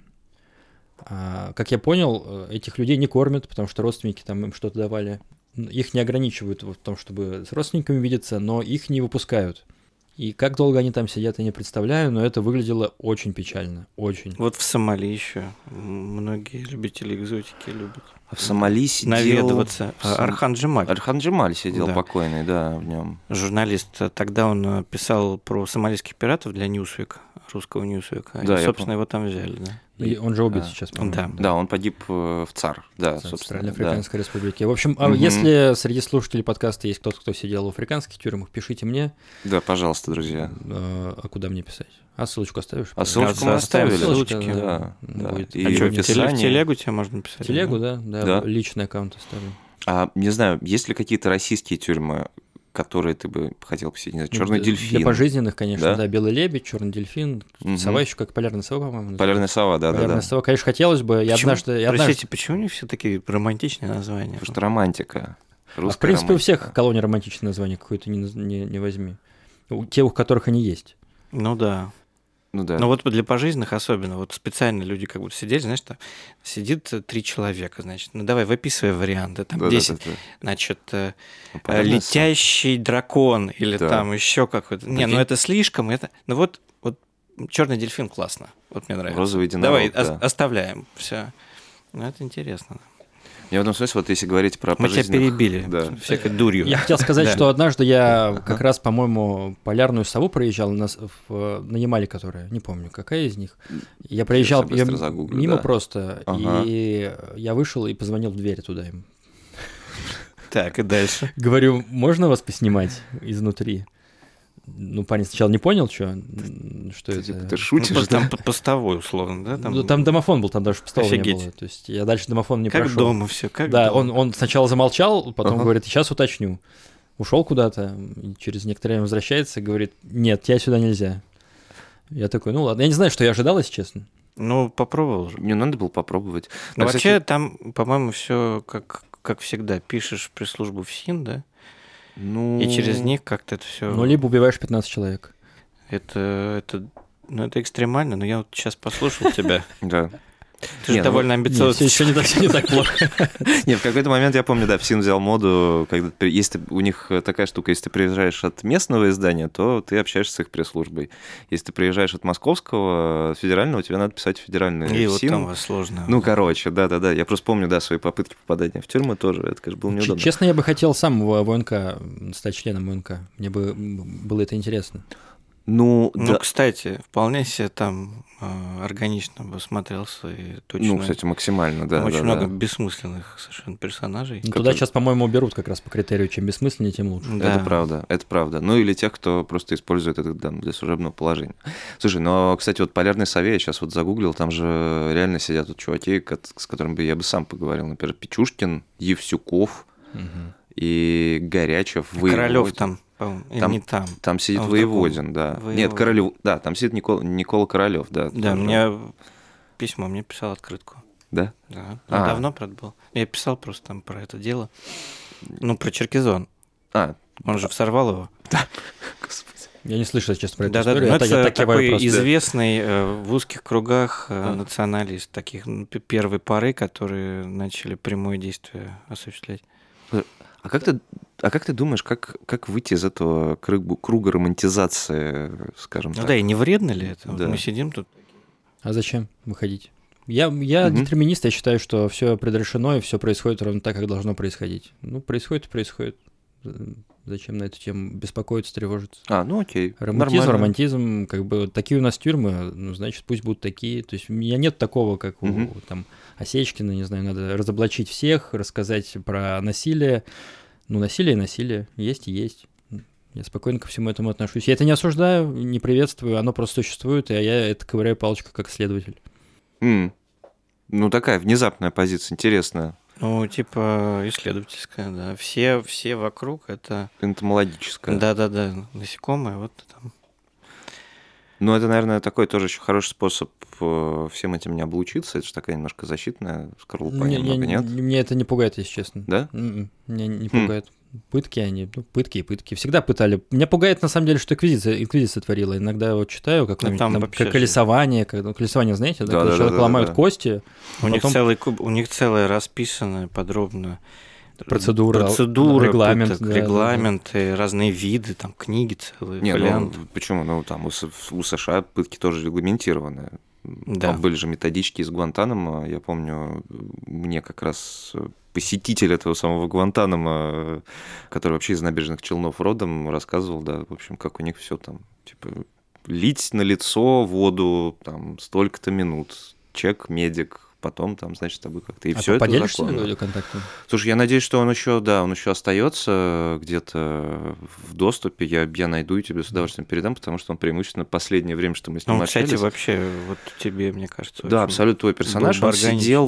Как я понял, этих людей не кормят, потому что родственники там им что-то давали. Их не ограничивают в том, чтобы с родственниками видеться, но их не выпускают. И как долго они там сидят, я не представляю, но это выглядело очень печально, очень. Вот в Сомали еще многие любители экзотики любят А в Сомали сидел... наведываться. в Сом- Архан Джемаль, Архан Джемаль сидел Да. покойный, да, в нем. журналист, тогда он писал про сомалийских пиратов для Newsweek, русского Newsweek. Они, Да, я собственно, его там взяли, да. И он же убит Да. сейчас, по-моему. Да. Да, он погиб в ЦАР, да, собственно. Да. Центральноафриканской республики. В общем, Мгм. если среди слушателей подкаста есть кто-то, кто сидел в африканских тюрьмах, пишите мне. Да, пожалуйста, друзья. А куда мне писать? А ссылочку оставишь? А ссылочку мы Оставим оставили. ссылочки, Да, да. будет. И А в что, в описании. телегу тебе можно писать? Телегу, да? Да, Да. личный аккаунт оставлю. Не знаю, есть ли какие-то российские тюрьмы, которые ты бы хотел посетить? Не знаю, Черный Для дельфин. пожизненных, конечно, Да? да. Белый лебедь, черный дельфин, Мгм. сова еще как полярная сова, по-моему. Полярная сова, да, Полярная да. сова, конечно, хотелось бы. Я Почему? однажды... Простите, почему у них все такие романтичные названия? Потому что романтика. в Русская принципе, у романтика. всех колоний романтичное название какое-то не возьми. У тех, у которых они есть. Ну да. Ну да. Но вот для пожизненных особенно, вот специально люди как будто сидели, знаешь, там сидит 3 человека, значит, ну давай, выписывай варианты, там Да, 10, да. значит, Ну, полярная сова. летящий дракон или Да. там еще какой-то. Не, ну Прикинь. это слишком, это... Ну вот черный дельфин классно, вот мне нравится. Розовый единорог, Давай, да. оставляем, все. Ну это интересно. Я в этом смысле, вот если говорить про Мы тебя пожизненных... перебили Да. всякой дурью. Я хотел сказать, Да. что однажды я как раз, по-моему, полярную сову проезжал на Ямале, которая, не помню, какая из них. Я проезжал быстро её загуглю, мимо да. просто, Ага. и я вышел и позвонил в дверь туда им. Так, и дальше. Говорю, можно вас поснимать изнутри? Ну, парень сначала не понял, что это. Типа, ты Ну, шутишь, просто да? там постовой, условно, да? Ну, там домофон был, там даже постола не Офигеть. было. То есть я дальше домофон не как прошел. дома все, как Да, дома. он сначала замолчал, потом Ага. говорит, сейчас уточню. Ушел куда-то, и через некоторое время возвращается и говорит, нет, тебя сюда нельзя. Я такой, ну ладно. Я не знаю, что я ожидал, если честно. Ну, попробовал же. Мне надо было попробовать. Ну, А, вообще, кстати, там, по-моему, все как всегда. Пишешь пресс-службу ФСИН, да? Ну, И через них как-то это все... Ну, либо убиваешь 15 человек. Это экстремально, но я вот сейчас послушал тебя. да. Ты Не, же ну, довольно амбициозный. Все не так плохо. Не, в какой-то момент, я помню, да, ФСИН взял моду, когда если у них такая штука, если ты приезжаешь от местного издания, то ты общаешься с их пресс-службой. Если ты приезжаешь от московского, федерального, тебе надо писать федеральный И вот ФСИН. там вас сложно. Ну, короче, да. Я просто помню, да, свои попытки попадания в тюрьму тоже. Это, конечно, было неудобно. Честно, я бы хотел сам в ВНК стать членом ВНК. Мне бы было это интересно. Ну, Ну, да. кстати, вполне себе там органично бы смотрелся и точно. Ну, кстати, максимально, да. Там очень да, много да. бессмысленных совершенно персонажей. Ну, туда сейчас, по-моему, уберут как раз по критерию, чем бессмысленнее, тем лучше. Да. Это правда. Ну, или тех, кто просто использует это для служебного положения. Слушай, но, кстати, вот полярный совет я сейчас вот загуглил, там же реально сидят вот чуваки, с которыми я бы сам поговорил. Например, Печушкин, Евсюков и Горячев. Королёв там, по-моему, или Там- не там. Там сидит А в Воеводин, другом. да. Воеводин. Нет, Королёв, да, там сидит Никола Королёв, да. Да, тоже. мне письмо, мне писал открытку. Да? Да, А. давно, правда, был. Я писал просто там про это дело. Ну, про Черкизон. А, Он же взорвал его. господи. Я не слышал, честно, про эту Да-да-да. историю. Ну, Я это так киваю такой просто. известный в узких кругах националист, таких первой поры, которые начали прямое действие осуществлять. А как ты думаешь, как выйти из этого круга романтизации, скажем Ну так? да, и не вредно ли это? Вот Да. мы сидим тут. А зачем выходить? Я Мгм. детерминист, я считаю, что все предрешено и все происходит ровно так, как должно происходить. Ну, происходит и происходит. Зачем на эту тему беспокоиться, тревожиться? Ну окей. Романтизм, Нормально. романтизм, как бы такие у нас тюрьмы, ну, значит, пусть будут такие. То есть у меня нет такого, как у Мгм. там Осечкина, не знаю, надо разоблачить всех, рассказать про насилие. Ну, насилие и насилие, есть и есть. Я спокойно ко всему этому отношусь. Я это не осуждаю, не приветствую, оно просто существует, и я это ковыряю палочкой как следователь. Ну, такая внезапная позиция, интересная, Ну, типа исследовательская, да. Все вокруг это... энтомологическая. Да-да-да, насекомые, вот там. Ну, это, наверное, такой тоже еще хороший способ всем этим не облучиться. Это же такая немножко защитная скорлупа, немного, нет? Мне это не пугает, если честно. Да? Меня не пугает. Пытки они, пытки и пытки. Всегда пытали. Меня пугает, на самом деле, что инквизиция творила. Иногда вот читаю, какое-нибудь там там, вообще как колесование. Колесование, знаете, да? Да, Когда да, человек да, ломают да. кости, У них потом у них целое расписано подробно. процедура, Регламент, регламент. да, регламенты, разные виды, там книги целые, Не, ну, фолианты. почему? Ну, там у США пытки тоже регламентированы. Да. Там были же методички из Гуантанамо. Я помню, мне как раз посетитель этого самого Гуантанамо, который вообще из Набережных Челнов родом, рассказывал, да, в общем, как у них все там, типа, лить на лицо воду, там, столько-то минут, чек, медик, потом там, значит, с тобой как-то. И А все это поделишься законно. контактом? Слушай, я надеюсь, что он еще остается где-то в доступе. Я найду и тебе с удовольствием передам, потому что он преимущественно последнее время, что мы с ним Ну, кстати, общались. вообще, вот тебе, мне кажется, Да, очень абсолютно твой персонаж. был бы Он органичен. сидел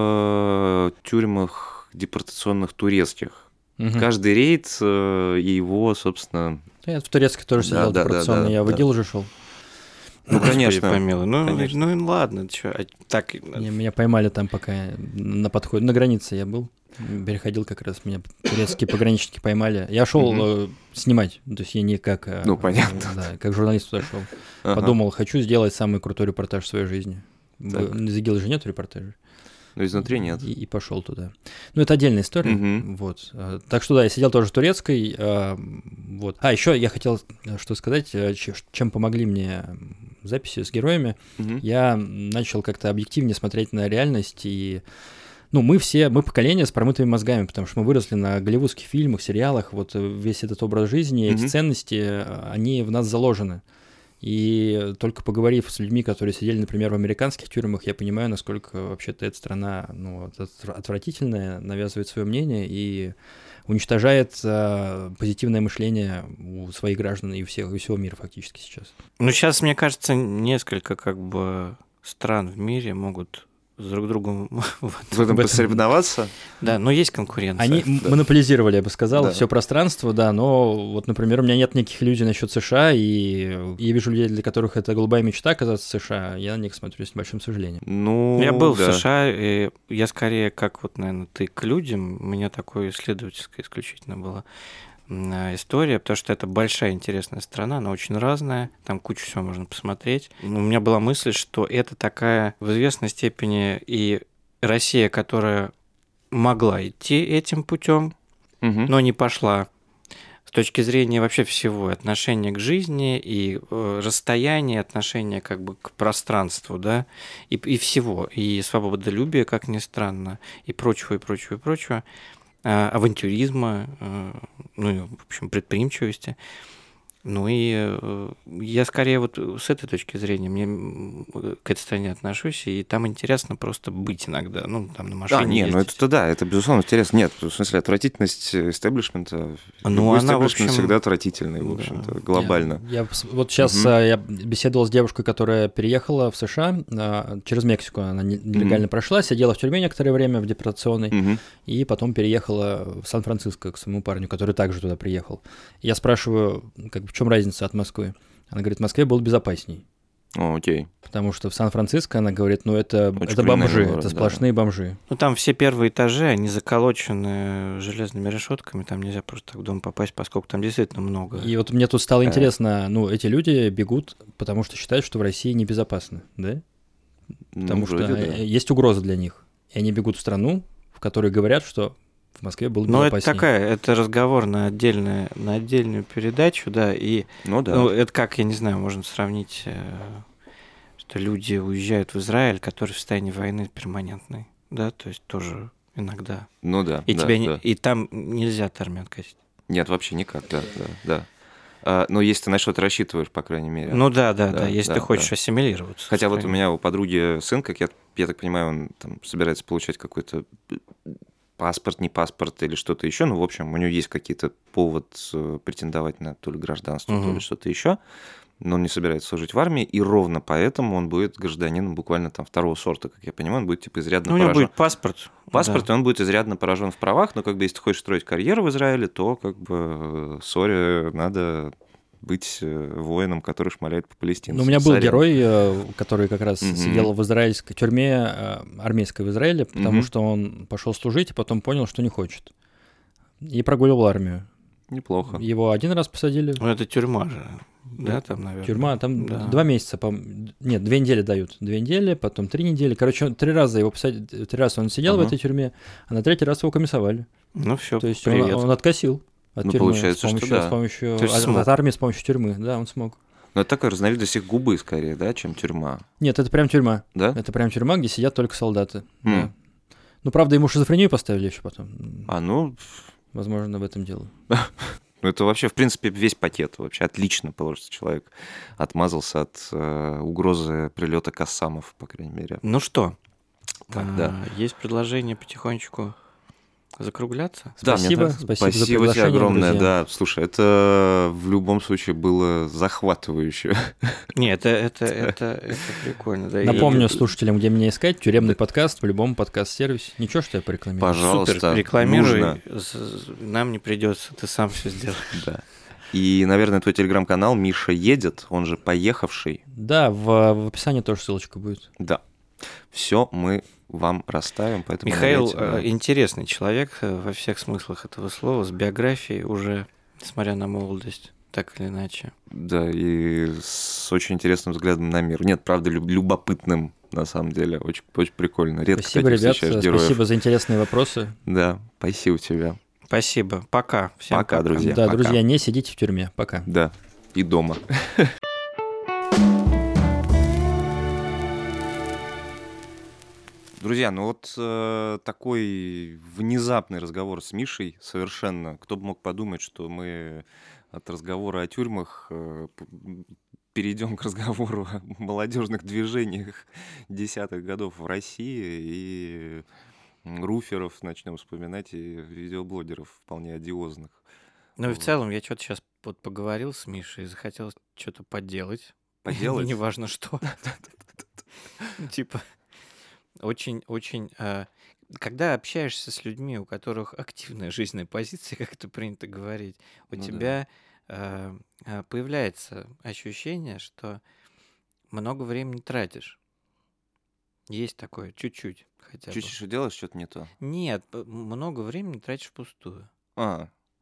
в тюрьмах депортационных турецких. Мгм. Каждый рейд и его, собственно... Да, я в турецкой тоже Да, сидел да, депортационно, да, я в да. ИГИЛ уже шел. Ну, Господи конечно. помилуй. Ну, конечно. ну и ладно, чё, так... Меня поймали там, пока я на подходе, на границе я был. Переходил как раз, меня турецкие пограничники поймали. Я шел снимать, то есть я не как... Ну, понятно. Да, как журналист туда шел. Ага. Подумал, хочу сделать самый крутой репортаж в своей жизни. Так. Из ИГИЛа же нет репортажа. Но изнутри нет. И пошел туда. Ну, это отдельная история. Мгм. Вот. Так что да, я сидел тоже в турецкой. Вот. Еще я хотел что сказать, чем помогли мне записи с героями. Мгм. Я начал как-то объективнее смотреть на реальность и... Ну, мы поколение с промытыми мозгами, потому что мы выросли на голливудских фильмах, сериалах, вот весь этот образ жизни, эти Мгм. ценности, они в нас заложены. И только поговорив с людьми, которые сидели, например, в американских тюрьмах, я понимаю, насколько вообще-то эта страна отвратительная, навязывает свое мнение и уничтожает позитивное мышление у своих граждан и у всего мира фактически сейчас. Ну, сейчас, мне кажется, несколько как бы стран в мире могут с друг другом... В этом посоревноваться? Да, но есть конкуренция. Они да. монополизировали, я бы сказал, Да. все пространство, да, но вот, например, у меня нет никаких иллюзий насчет США, и я вижу людей, для которых это голубая мечта оказаться в США, я на них смотрю с большим сожалением. Ну, Я был да. в США, и я скорее, как вот, наверное, ты к людям, у меня такое исследовательское исключительно было. история, потому что это большая интересная страна, она очень разная, там кучу всего можно посмотреть. У меня была мысль, что это такая в известной степени и Россия, которая могла идти этим путем, Мгм. но не пошла. С точки зрения вообще всего, отношения к жизни и расстояния, отношения как бы к пространству, да, и всего, и свободолюбие, как ни странно, и прочего, и прочего, и прочего, авантюризма, ну и, в общем, предприимчивости. Ну и я скорее вот с этой точки зрения к этой стране отношусь, и там интересно просто быть иногда, ну, там на машине Не, ну ездить. это да, это безусловно интересно. Нет, в смысле, отвратительность истеблишмента, Ну, любой она, в истеблишмент общем, всегда отвратительный, в да. общем-то, глобально. Вот сейчас Мгм. я беседовал с девушкой, которая переехала в США через Мексику. Она нелегально прошла, сидела в тюрьме некоторое время в депортационной, Мгм. и потом переехала в Сан-Франциско к своему парню, который также туда приехал. Я спрашиваю, как бы, в чем разница от Москвы? Она говорит, в Москве было безопасней. О, окей. Потому что в Сан-Франциско, она говорит, ну это Очень бомжи, криминальный город, это да. сплошные бомжи. Ну, там все первые этажи, они заколочены железными решетками, там нельзя просто так в дом попасть, поскольку там действительно много. И вот мне тут стало Э. интересно, ну эти люди бегут, потому что считают, что в России небезопасно, да? Потому Ну, что вроде да. есть угроза для них. И они бегут в страну, в которой говорят, что в Москве было Ну, это безопаснее. это разговор на отдельную передачу, да, и Ну да. ну, это как, я не знаю, можно сравнить, что люди уезжают в Израиль, который в состоянии войны перманентной, да, то есть тоже иногда. Ну да. И да, тебя да. и там нельзя термин косить. Нет, вообще никак, да, да. Но если ты на что-то рассчитываешь, по крайней мере. Ну да, Да, если да, ты хочешь да. ассимилироваться. Хотя вот у стране. меня у подруги сын, как я так понимаю, он там собирается получать какой-то паспорт, не паспорт или что-то еще. Ну, в общем, у него есть какие-то повод претендовать на то ли гражданство, то ли Мгм. что-то еще. Но он не собирается служить в армии, и ровно поэтому он будет гражданином буквально там второго сорта, как я понимаю, он будет типа изрядно Ну, у него поражен. будет паспорт. Паспорт, да. и он будет изрядно поражен в правах, но как бы если ты хочешь строить карьеру в Израиле, то как бы, сори, надо быть воином, который шмаляет по палестинцам. Ну, у меня был Сорян. герой, который как раз Мгм. сидел в израильской тюрьме, армейской в Израиле, потому Мгм. что он пошел служить и потом понял, что не хочет. И прогуливал армию. Неплохо. Его один раз посадили. Ну, это тюрьма же, да, там, наверное. Тюрьма, там Да. 2 месяца, нет, 2 недели дают. 2 недели, потом 3 недели. Короче, 3 раза его посадили, 3 раза он сидел в Ага. этой тюрьме, а на 3-й раз его комиссовали. Ну, все, То есть привет. он откосил от Ну, тюрьмы получается, с что помощью, да. с помощью То есть от смог. армии с помощью тюрьмы. Да, он смог. Но это такая разновидность их губы скорее, да, чем тюрьма, Нет, это прям тюрьма. да? Это прям тюрьма, где сидят только солдаты. Да. М. Ну, правда, ему шизофрению поставили еще потом. Ну, Возможно, в этом дело. это вообще, в принципе, весь пакет. Вообще отлично, потому что человек отмазался от угрозы прилета кассамов, по крайней мере. Ну что, Так, да. есть предложение потихонечку закругляться? Да, Спасибо, мне так- спасибо за спасибо тебе приглашение, огромное, друзья. да. Слушай, это в любом случае было захватывающе. Нет, это прикольно. Да, и- Напомню слушателям, где меня искать. Тюремный подкаст в любом подкаст-сервисе. Ничего, что я порекламирую. Пожалуйста, Супер, рекламируй, нужно. нам не придется, ты сам все сделаешь. Да. И, наверное, твой телеграм-канал «Миша едет», он же «Поехавший». Да, в описании тоже ссылочка будет. Да. Все мы вам расставим, поэтому... Михаил ныряйте, да. интересный человек во всех смыслах этого слова, с биографией уже, несмотря на молодость, так или иначе. Да, и с очень интересным взглядом на мир. Нет, правда, любопытным, на самом деле. Очень, очень прикольно. Редко, Спасибо, кстати, ребят. встречаешь героев. Спасибо за интересные вопросы. Да, спасибо тебе. Спасибо. Пока. Всем Пока, друзья. Да, пока. друзья, не сидите в тюрьме. Пока. Да, и дома. Друзья, ну вот такой внезапный разговор с Мишей совершенно. Кто бы мог подумать, что мы от разговора о тюрьмах перейдем к разговору о молодежных движениях десятых годов в России и руферов начнем вспоминать и видеоблогеров вполне одиозных. Ну и в Вот. целом я что-то сейчас вот поговорил с Мишей и захотелось что-то поделать. Поделать? Неважно что. Ну, типа, очень... Когда общаешься с людьми, у которых активная жизненная позиция, как это принято говорить, у Ну да. тебя появляется ощущение, что много времени тратишь. Есть такое, чуть-чуть хотя бы. Чуть что делаешь, что-то не то. Нет, много времени тратишь впустую. А,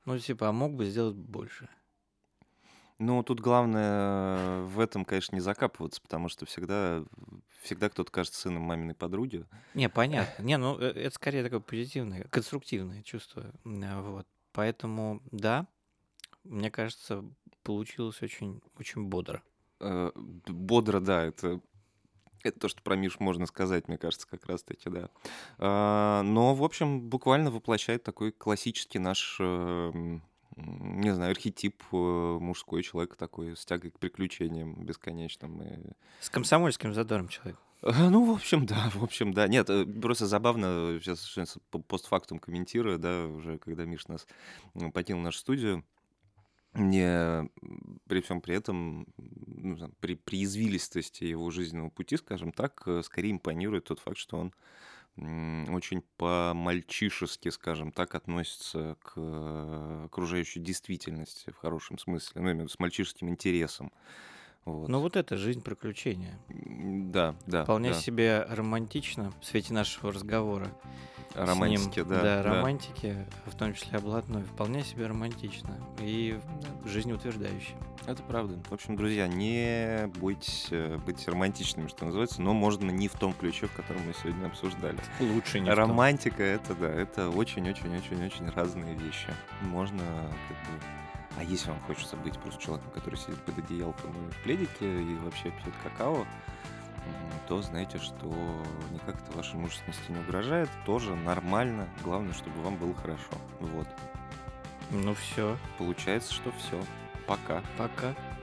Ну, типа, а мог бы сделать больше. Ну, тут главное в этом, конечно, не закапываться, потому что всегда кто-то кажется сыном маминой подруги. Не, понятно. Не, ну, это скорее такое позитивное, конструктивное чувство. Вот. Поэтому, да, мне кажется, получилось очень, очень бодро. Бодро, да, это то, что про Мишу можно сказать, мне кажется, как раз-таки, да. Но, в общем, буквально воплощает такой классический наш, не знаю, архетип мужской человек такой, с тягой к приключениям бесконечным. С комсомольским задором человек. Ну, в общем, да. Нет, просто забавно, сейчас постфактум комментирую, да, уже когда Миш нас покинул нашу студию, мне при всем при этом, ну, там, при извилистости его жизненного пути, скажем так, скорее импонирует тот факт, что он очень по-мальчишески, скажем так, относится к окружающей действительности в хорошем смысле, ну, именно с мальчишеским интересом. Вот. Ну, вот это жизнь приключения. Да. Вполне себе романтично в свете нашего разговора. Романтики, с ним. да. Романтики, в том числе облатной, вполне себе романтично и жизнеутверждающе. Это правда. В общем, друзья, не бойтесь быть романтичными, что называется, но можно не в том ключе, в котором мы сегодня обсуждали. Лучше не в том. Романтика — это, да, это очень-очень-очень-очень разные вещи. Можно как бы... А если вам хочется быть просто человеком, который сидит под одеялком и в пледике и вообще пьет какао, то знаете, что никак это вашей мужественности не угрожает. Тоже нормально. Главное, чтобы вам было хорошо. Вот. Ну все, Получается, что все. Пока. пока.